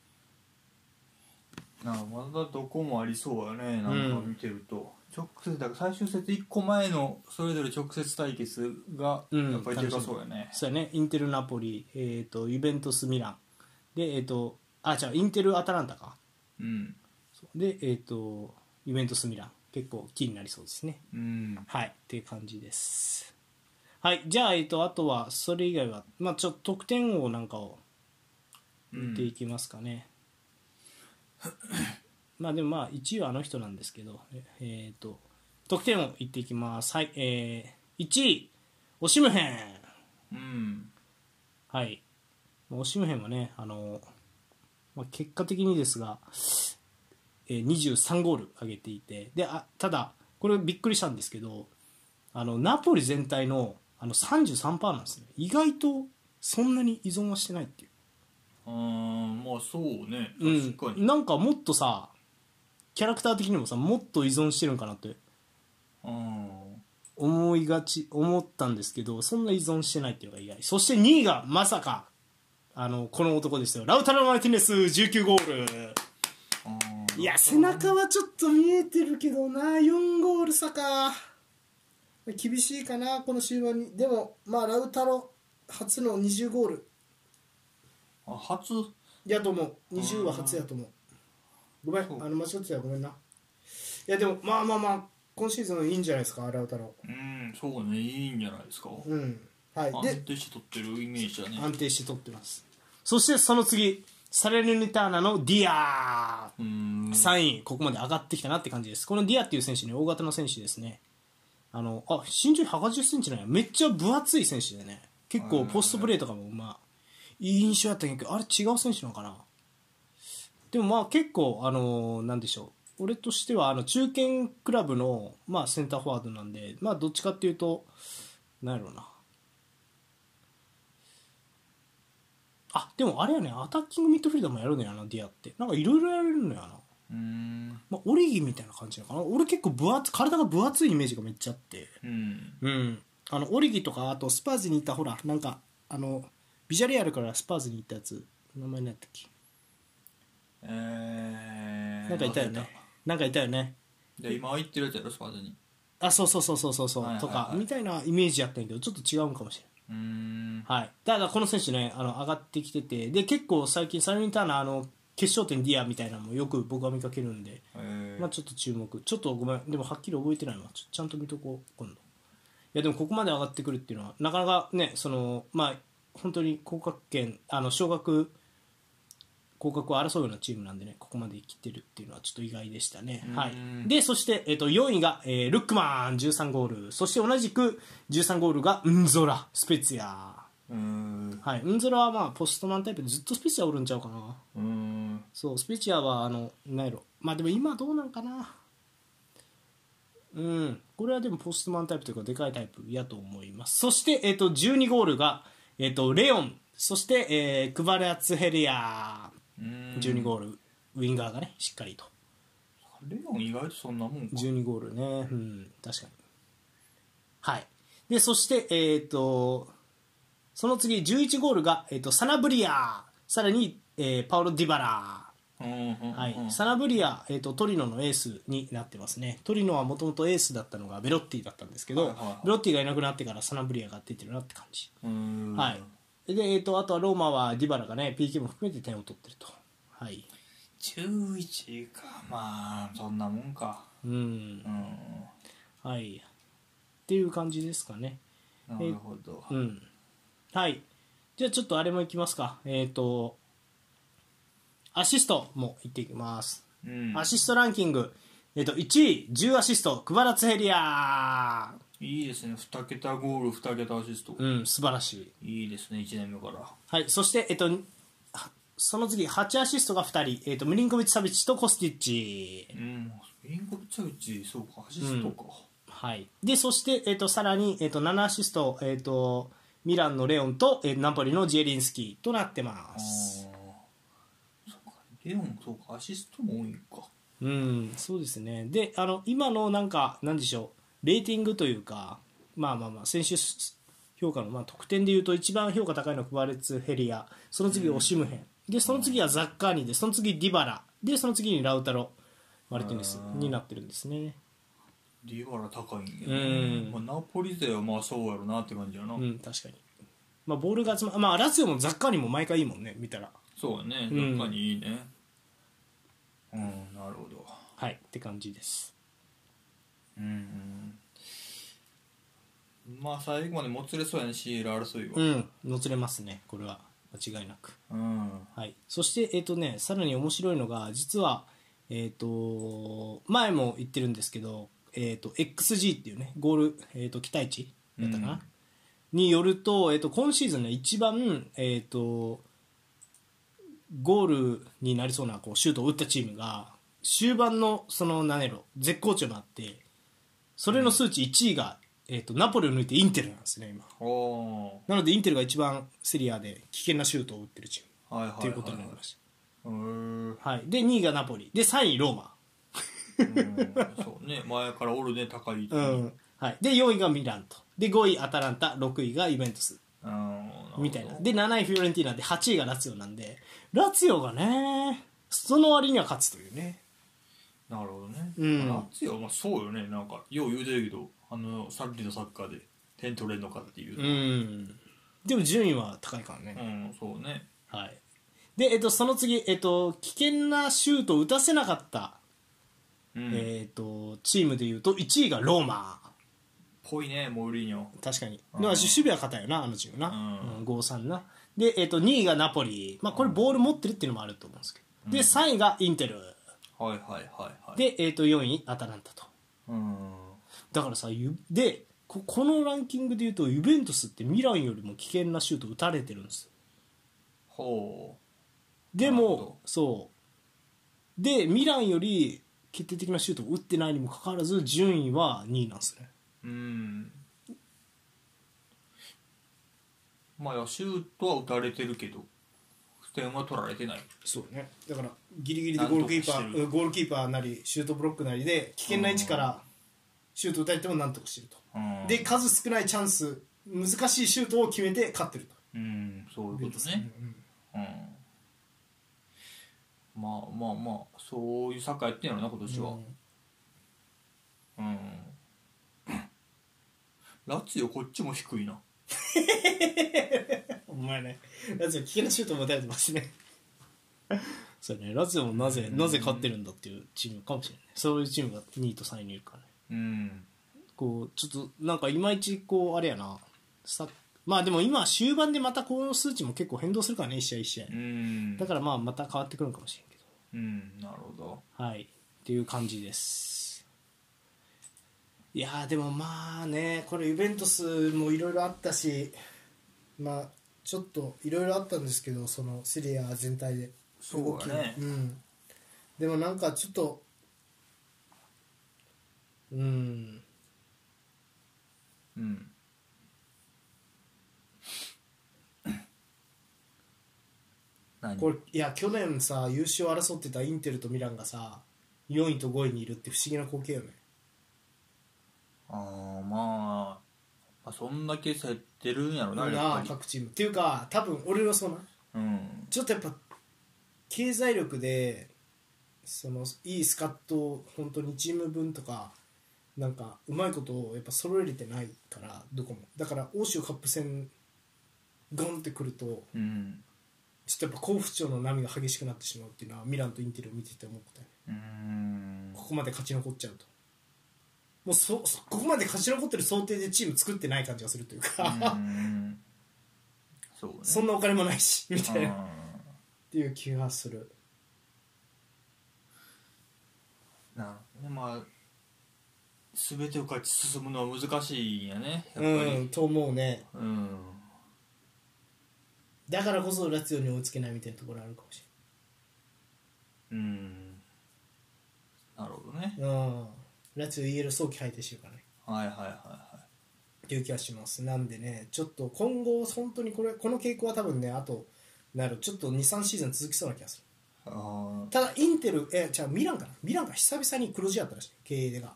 まだどこもありそうやね。なんか見てると、直接だから最終節1個前のそれぞれ直接対決がやっぱりでかそうやね、 そうやね。インテルナポリ、ユベントスミランでインテルアタランタか、でユベントスミラン結構気になりそうですね、はいっていう感じです。はいじゃああとはそれ以外はちょっと得点王なんかを見ていきますかね。まあでもまあ1位はあの人なんですけど、得点を言っていきます。はい、1位オシムヘン、はい、オシムヘンはね、結果的にですが、23ゴール上げていて、でただこれびっくりしたんですけど、ナポリ全体の33% なんですね。意外とそんなに依存はしてないっていう。 まあそうね、確かに、なんかもっとさ、キャラクター的にもさ、もっと依存してるんかなって思ったんですけど、そんな依存してないっていうのが意外。そして2位がまさかこの男ですよ、ラウタロ・マルティネス19ゴール。いや背中はちょっと見えてるけどな、4ゴール差か、厳しいかなこの終盤に。でもまあラウタロ初の20ゴール初やと思う。20は初やと思う。ごめん、間違ってたらごめんな。いやでもまあ今シーズンいいんじゃないですか、ラウタロ。 そうね、いいんじゃないですか。 はい、 安定して取ってるイメージだね。 安定して取ってます。そしてその次サレルニターナのディア3位、ここまで上がってきたなって感じです。このディアっていう選手ね、大型の選手ですね。身長180センチなんや。めっちゃ分厚い選手でね、結構ポストプレーとかもいい印象やったんやけど、あれ違う選手なのかな。でもまあ結構なんでしょう、俺としては中堅クラブのセンターフォワードなんで、どっちかっていうとなんやろうな、でもあれやね、アタッキングミッドフィルダーもやるのやな、ディアって。なんかいろいろやれるのやな。オリギみたいな感じなのかな。俺結構体が分厚いイメージがめっちゃあって、オリギとか、あとスパーズに行ったほら、なんかビジャレアルからスパーズに行ったやつ、名前何やったっけ。なんかいたよね。 で今行ってるやつやろ、スパーズに。 そうとかみたいなイメージやったんやけど、ちょっと違うんかもしれない。はい、ただこの選手ね、上がってきてて、で結構最近サルニターナ決勝点ディアみたいなのもよく僕は見かけるんで、ちょっと注目。ちょっとごめん、でもはっきり覚えてないわ。ちゃんと見とこう今度。いやでもここまで上がってくるっていうのはなかなかね、本当に降格圏、昇格降格を争うようなチームなんでね、ここまで生きてるっていうのはちょっと意外でしたね。はい、でそして、4位が、ルックマン13ゴール、そして同じく13ゴールがンゾラスペツィア。はい、ンゾラはポストマンタイプでずっとスペツィアおるんちゃうかな。そう、スペツィアは何やろ、でも今どうなんかな。これはでもポストマンタイプというかでかいタイプやと思います。そして、12ゴールが、レオン、そして、クバラツヘリア12ゴール、ウィンガーがねしっかりと。 レオン意外とそんなもんか。 12ゴールね、確かに。はい、でそして、その次11ゴールが、サナブリア、さらに、パウロ・ディバラ、はい、サナブリア、トリノのエースになってますね。トリノはもともとエースだったのがベロッティだったんですけど、ベロッティがいなくなってからサナブリアが出てるなって感じ。はい、であとはローマはディバラがね PK も含めて点を取ってると。はい、 11か、そんなもんか。 はい、っていう感じですかね。 なるほど。 はい、じゃあちょっとあれもいきますか。アシストもいっていきます。アシストランキング、1位10アシストクバラツヘリア。 いいですね、2桁ゴール2桁アシスト。 素晴らしい。 いいですね、1年目から。 はい、そして、その次8アシストが2人、ミリンコビッチ・サビッチとコスティッチ。 ミリンコビッチ・サビッチ、そうか、アシストか。 はい、でそして、さらに、7アシスト、ミランのレオンと、ナポリのジエリンスキーとなってます。 そうか、レオン、そうか、アシストも多いか。 そうですね。で今のなんでしょう、レーティングというか、選手評価の、得点でいうと一番評価高いのはクバレツヘリア、その次オシムヘン、でその次はザッカーニで、その次ディバラで、その次にラウタロ・マルティネスになってるんですね。 ディバラ高いんやね。ナポリ勢はそうやろなって感じやな。 確かに。ボールが集まラツィオもザッカーニも毎回いいもんね、見たら。 そうやね、ザッカーニいいね。なるほど。 はいって感じです。 最後までもつれそうやね、CL 争いは。 もつれますね、これは。 間違いなく、 うんはい、そしてさらに面白いのが実は前も言ってるんですけどXG っていうねゴール期待値だったかな、によると今シーズンの一番ゴールになりそうなこうシュートを打ったチームが終盤のその何やろ絶好調になってそれの数値1位がナポリを抜いてインテルなんですね今。なのでインテルが一番セリアで危険なシュートを打ってるチームということになりました。はい、で2位がナポリで3位ローマそうね前からおるね高い、 はい、で4位がミランとで5位アタランタ6位がユベントスみたいなで7位フィオレンティーナで8位がラツィオなんでラツィオがねその割には勝つというね。 なるほどね、ラツィオそうよねなんかよう言うてるけどさっきのサッカーで点取れんのかっていう、 でも順位は高いからね、 そうね、 はい、で、その次、危険なシュートを打たせなかった、チームでいうと1位がローマぽいねモーリーニョ確かに、守備は硬いよなチームな、5-3なで、2位がナポリ、これボール持ってるっていうのもあると思うんですけど、で3位がインテル、で、4位アタランタと、だからさでこのランキングでいうとユベントスってミランよりも危険なシュート打たれてるんですよ。でもそうでミランより決定的なシュートを打ってないにもかかわらず順位は2位なんですね。 シュートは打たれてるけど点は取られてない。 そうねだからギリギリでゴールキーパーなりシュートブロックなりで危険な位置からシュート打たれてもなんとかしてると、で数少ないチャンス難しいシュートを決めて勝ってると、 そういうことね、そういうサッカーやってんやろな今年は、ラツィオこっちも低いなお前ねラツィオ危険なシュートも打たれてますねそうねラツィオもなぜ勝ってるんだっていうチームかもしれない、そういうチームが2位と3位にいるからね、こうちょっとなんかいまいちこうあれやなでも今終盤でまたこの数値も結構変動するからね1試合1試合、だからまた変わってくるかもしれんけど、なるほど、 はいっていう感じです。いやでもこれユベントスもいろいろあったしちょっといろいろあったんですけどそのセリア全体で動き、でもなんかちょっとこれいや去年さ優勝争ってたインテルとミランがさ4位と5位にいるって不思議な光景よね。 そんだけ競ってるんやろなやっぱり各チームっていうか多分俺はそうな、ちょっとやっぱ経済力でそのいいスカットを本当にチーム分とかなんかうまいことをやっぱ揃えれてないからどこもだから欧州カップ戦ゴンってくると、ちょっとやっぱ好不調の波が激しくなってしまうっていうのはミランとインテルを見てて思ったよね。ここまで勝ち残っちゃうともうここまで勝ち残ってる想定でチーム作ってない感じがするというかそうね、 そんなお金もないしみたいなっていう気がする。 全てを勝ち進むのは難しいんやねやっぱり、 と思うね、だからこそラツィオに追いつけないみたいなところあるかもしれない。 なるほどね。 ラツィオ EL 早期配定してるからね。っていう気がします。なんでねちょっと今後本当にこの傾向は多分ねあとちょっと 2,3 シーズン続きそうな気がする。ただインテルミランかなミランが久々に黒字やったらしい経営が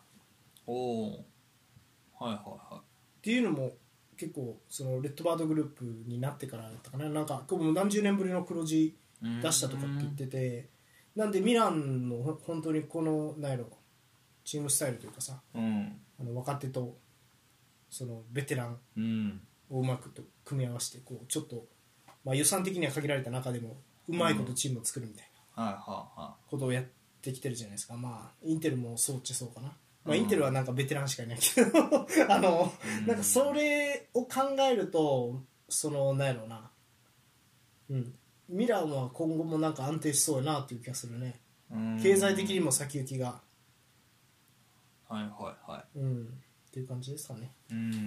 っていうのも結構そのレッドバードグループになってからだったかななんかもう何十年ぶりの黒字出したとかって言っててなんでミランの本当にこのチームスタイルというかさ、若手とそのベテランをうまくと組み合わせてこうちょっと、予算的には限られた中でもうまいことチームを作るみたいなことをやってきてるじゃないですか。インテルもそうっちゃそうかな、インテルはなんかベテランしかいないけどなんかそれを考えるとそのなんやろうなうん、ミランは今後もなんか安定しそうやなっていう気がするね。経済的にも先行きが、 はいはいはい、 っていう感じですかね。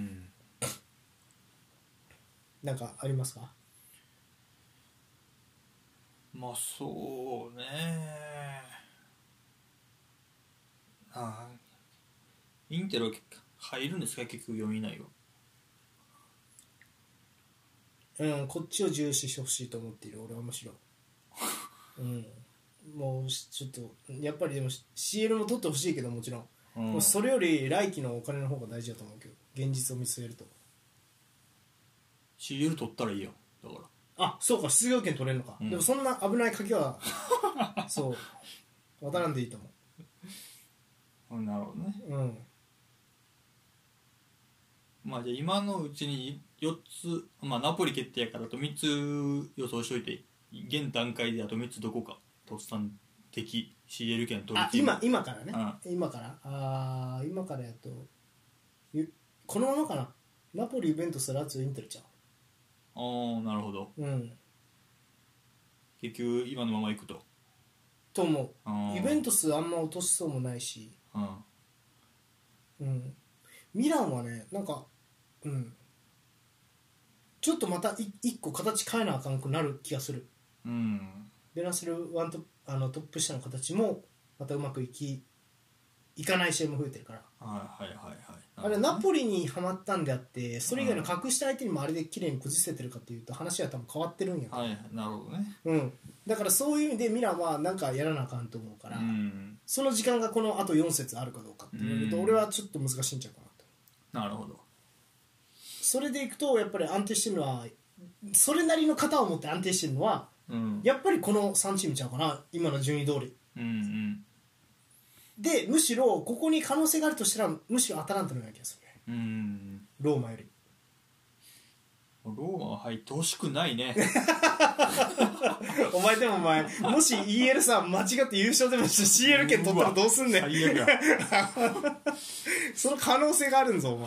なんかありますか？ まあそうね、インテルは入るんですか結局4位以内は。 こっちを重視してほしいと思っている俺はむしろもうちょっとやっぱりでも CL も取ってほしいけどもちろん、もうそれより来季のお金の方が大事だと思うけど、現実を見据えると CL 取ったらいいよ。だからあ、そうか、出場権取れるのか、でもそんな危ない賭けはそう渡らんでいいと思なるほどね。まあじゃあ今のうちに4つ、まあナポリ決定やからあと3つ予想しといて、現段階であと3つどこかとっさん的 CL 権取るチーム。 今からね、今からやとこのままかな。ナポリ、ユベントス、ラツィオ、インテルちゃう。 ああなるほど。結局今のままいくと思う。ユベントスあんま落としそうもないし、ミランはねなんかちょっとまた一個形変えなあかんくなる気がする。ベナスルワントップ下の形もまたうまくいかない試合も増えてるから、あれナポリにはまったんであって、それ以外の格下相手にもあれで綺麗に崩せてるかっていうと話は多分変わってるんやから、 なるほどね。 だからそういう意味でミランはなんかやらなあかんと思うから、その時間がこのあと4節あるかどうかって言われると、俺はちょっと難しいんちゃうかなと。 なるほど。それでいくとやっぱり安定してるのは、それなりの型を持って安定してるのは、やっぱりこの3チームちゃうかな、今の順位通り。でむしろここに可能性があるとしたらむしろアタランタのような気がするね。ローマより。 ローマは入ってほしくないね。 お前でももし EL さ間違って優勝でもして CL 権取ったらどうすんねん。最悪や。その可能性があるんぞお前。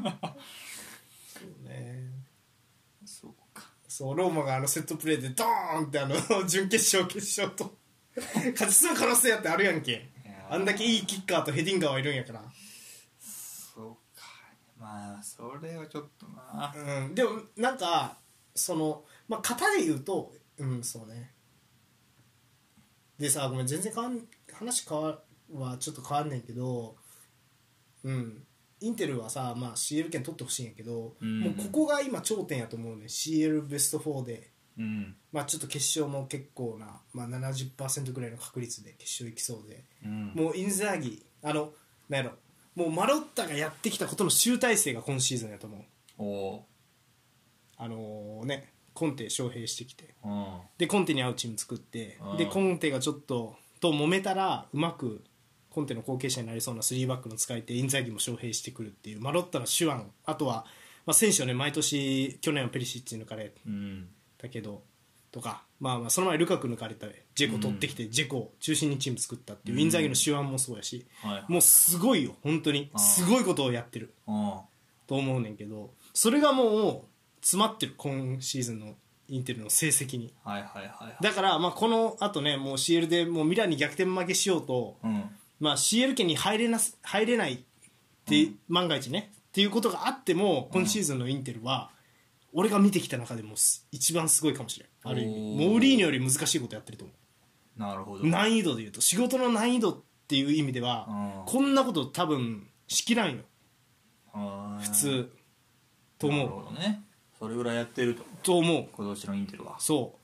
そうね。 そうか。 そうローマがセットプレーでドーンって準決勝決勝と勝ち進む可能性やってあるやんけ。あんだけいいキッカーとヘディンガーはいるんやから。 そうか、まあそれはちょっとな。 でもなんか型で言うとそうね。でさ、ごめん全然話はちょっと変わんねんけど、インテルはさ、CL 権取ってほしいんやけど、もうここが今頂点やと思うね。 CL ベスト4で、ちょっと決勝も結構な、70% ぐらいの確率で決勝行きそうで、もうインザーギなんやろ、もうマロッタがやってきたことの集大成が今シーズンやと思う。コンテ招聘してきて、でコンテに合うチーム作って、でコンテがちょっと揉めたらうまくコンテの後継者になりそうな3バックの使い手インザーギも招聘してくるっていうマロッタの手腕、あとは、選手をね毎年去年はペリシッチ抜かれたけど、とかその前ルカク抜かれたジェコ取ってきて、ジェコを中心にチーム作ったっていうインザーギの手腕もそうやし、もうすごいよ本当にすごいことをやってると思うねんけど、それがもう詰まってる今シーズンのインテルの成績に。だからこのあとねもう CL でもうミランに逆転負けしようと、CL 圏に入れないって、万が一ねっていうことがあっても、今シーズンのインテルは俺が見てきた中でも一番すごいかもしれない。ある意味モーリーニョより難しいことやってると思う。 なるほど。 難易度でいうと、仕事の難易度っていう意味では、こんなこと多分しきらんよ普通と思う。 なるほどね。それぐらいやってると思う。 今年のインテルは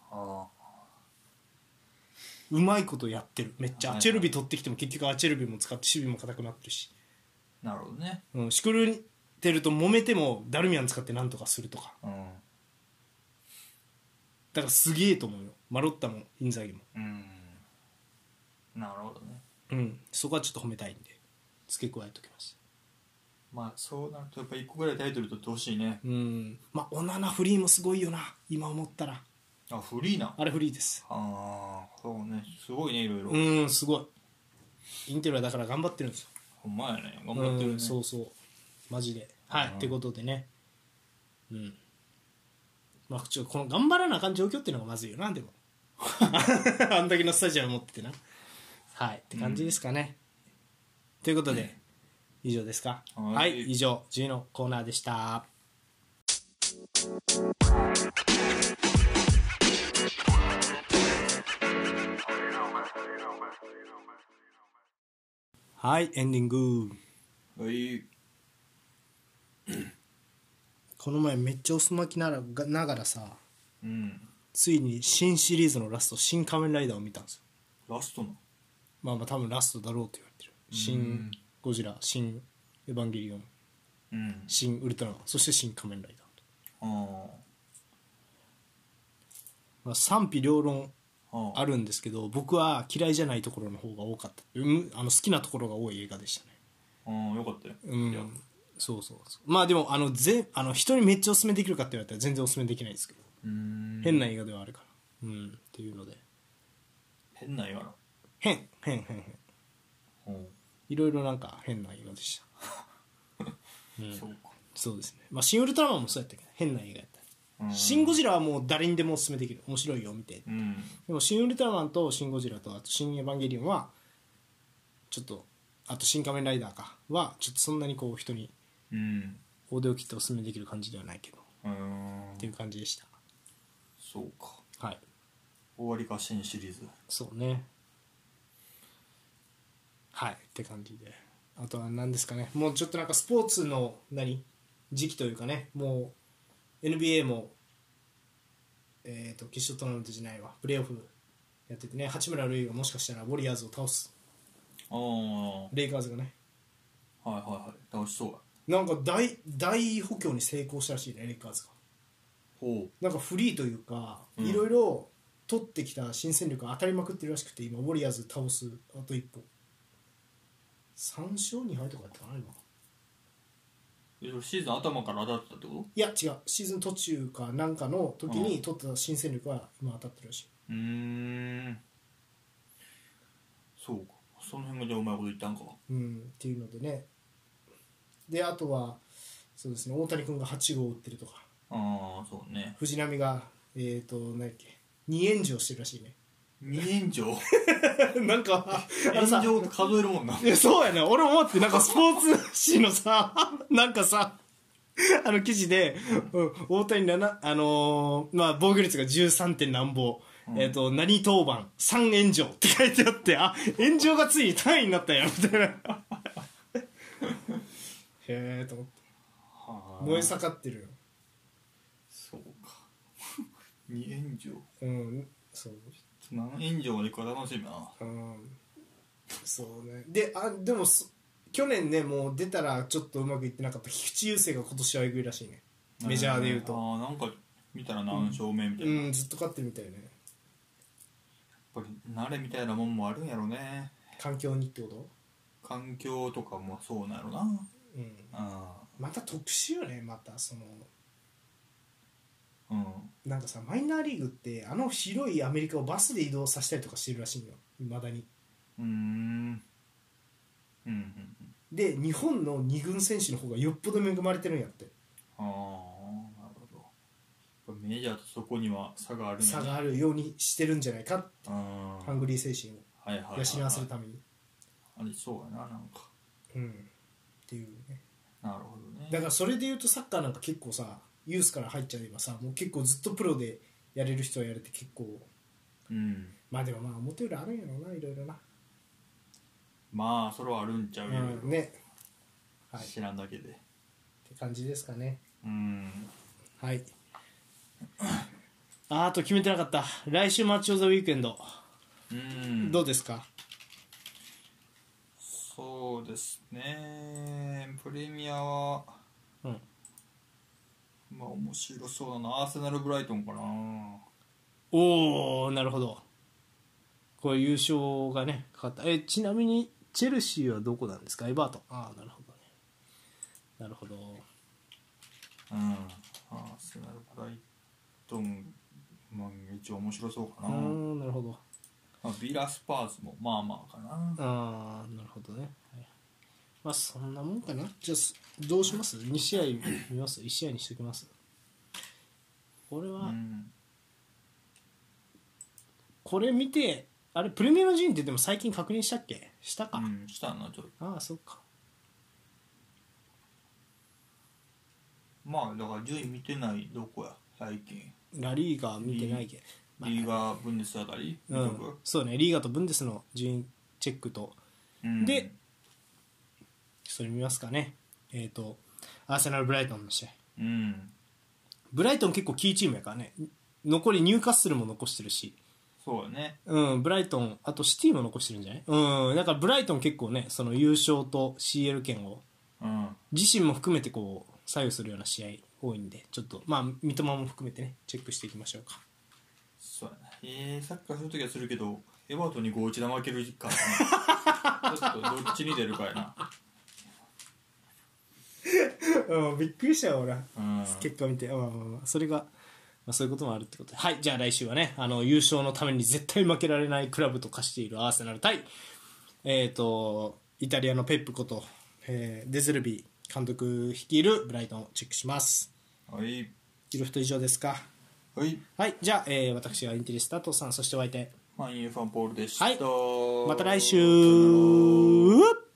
そううまいことやってる。めっちゃアチェルビ取ってきても結局アチェルビも使って守備も硬くなってるし。 なるほどね。 シクルてると揉めてもダルミアン使ってなんとかするとか、だからすげえと思うよ、マロッタもインザギも。 なるほどね。 そこはちょっと褒めたいんで付け加えておきます。 そうなるとやっぱ1個ぐらいタイトル取ってほしいね。 オナナフリーもすごいよな今思ったら。 フリーな。 あれフリーです。 そうね、すごいね、いろいろ。 すごい。インテルはだから頑張ってるんですよ。 ほんまやね、頑張ってるね。 そうマジで。ってことでね、 まあ、この頑張らなあかん状況っていうのがまずいよな。でもあんだけのスタジアム持っててな。はいって感じですかね、ということで以上ですか。はい、以上10のコーナーでした。はい、エンディング。 はい。 この前めっちゃおすまきながらさ、 うん、 ついに新シリーズのラスト、新仮面ライダーを見たんですよ。 ラストのまあ多分ラストだろうと言われてる。新ゴジラ、新エヴァンゲリオン、 うん、 新ウルトラマン、そして新仮面ライダーと。まあ、賛否両論あるんですけど、僕は嫌いじゃないところの方が多かった。好きなところが多い映画でしたね。 よかったよ。 そうまあでも人にめっちゃおすすめできるかって言われたら全然おすすめできないですけど、変な映画ではあるから、っていうので。 変な映画な。 変いろいろなんか変な映画でした、そうか。そうですね。まあ新ウルトラマンもそうやったけど変な映画やった。シン・ゴジラはもう誰にでもおすすめできる、面白いよ見て、でもシン・ウルトラマンとシン・ゴジラとあとシン・エヴァンゲリオンはちょっと、あと新仮面ライダーかはちょっとそんなにこう人に大手を切っておすすめできる感じではないけど、っていう感じでした。 そうか。 はい。 終わりか新シリーズ。 そうね。はいって感じで、あとは何ですかね、もうちょっとなんかスポーツの時期というかね、もう NBA も決勝トーナメントじゃないわ、プレーオフやっててね、八村塁がもしかしたらウォリアーズを倒す、レイカーズがね、 倒しそうや。なんか大補強に成功したらしいね、レイカーズが。なんかフリーというか、いろいろ取ってきた新戦力が当たりまくってるらしくて、今ウォリアーズ倒すあと一歩、3勝2敗とかやったかな今。シーズン頭から当たったってこと？ いや違う、シーズン途中かなんかの時に取った新戦力は今当たってるらしい。 そうか、その辺がじゃあうまいこと言ったんか。 っていうのでね。であとはそうですね、大谷君が8号打ってるとか、 そうね、 藤浪が何だっけ2炎上してるらしいね。 2炎上なんか炎上って数えるもんな。 いやそうやね、俺も思って、なんかスポーツ紙のさなんかさ記事で、大谷まあ、防御率が 13. 点何ぼ、何登板3炎上って書いてあって、あ、炎上がついに単位になったんやみたいなへえと思って、燃え盛ってるよ。 そうか2炎上、 そう、 何炎上までいくか楽しみな。 そうね。でも去年ね、もう出たらちょっとうまくいってなかった菊池雄星が今年はえぐいらしいね、メジャーでいうと。 なんか見たら何勝目みたいな、 ずっと勝ってるみたいね。 やっぱり慣れみたいなもんもあるんやろね。 環境にってこと？ 環境とかもそうなんやろな。 また特殊よね、またそのなんかさ、マイナーリーグって広いアメリカをバスで移動させたりとかしてるらしいのよ、いまだに。で日本の2軍選手の方がよっぽど恵まれてるんやって。 なるほど。メジャーとそこには差があるね。 差があるようにしてるんじゃないかって、ハングリー精神を養わせるために。 ありそうやな、なんか。 っていうね。 なるほどね。 だからそれでいうとサッカーなんか結構さ、ユースから入っちゃえばさ、もう結構ずっとプロでやれる人はやれて結構、まあでもまあ表裏あるんやろうな、いろいろな。まあそれはあるんちゃうよね、 知らんだけでって感じですかね。はい。あと決めてなかった、来週マッチオブザウィークエンド、どうですか？ そうですね、プレミアはまあ面白そうだな。アーセナルブライトンかな。 おお、なるほど。これ優勝がねかかった。ちなみにチェルシーはどこなんですか？エバートン。なるほどね。なるほど。 アーセナルブライトン、一応面白そうかな。 なるほど。 ビラスパーズもまあまあかな。 なるほどね。まあそんなもんかな。じゃあどうします？2試合見ます？1試合にしておきます？ これは、これ見てあれプレミアの順位ってでも最近確認したっけ？したか、 したなちょっと。 ああそうか。 まあだから順位見てないどこや最近。 ラリーガ見てないけど、 リーガブンデスあたり、 そうね、リーガとブンデスの順位チェックと、でそれ見ますかね。アーセナルブライトンの試合、ブライトン結構キーチームやからね。残りニューカッスルも残してるし、 そうだね、 ブライトンあとシティも残してるんじゃない？だからブライトン結構ね、その優勝と CL 権を、自身も含めてこう左右するような試合多いんで、ちょっとまあ三笘も含めてねチェックしていきましょうか。 そうやな、サッカーするときはするけどエバートンに 5-1 で負けるからねちょっとどっちに出るかやなびっくりしたよ俺、結果見て、それが、そういうこともあるってことで、はい、じゃあ来週はね、優勝のために絶対負けられないクラブと化しているアーセナル対イタリアのペップこと、デゼルビー監督率いるブライトンをチェックします。 はい、 いる人以上ですか？ はい、 はい、じゃあ、私はインテリスタートさん、そしてお相手マンユーファンポールでした。 はい、また来週。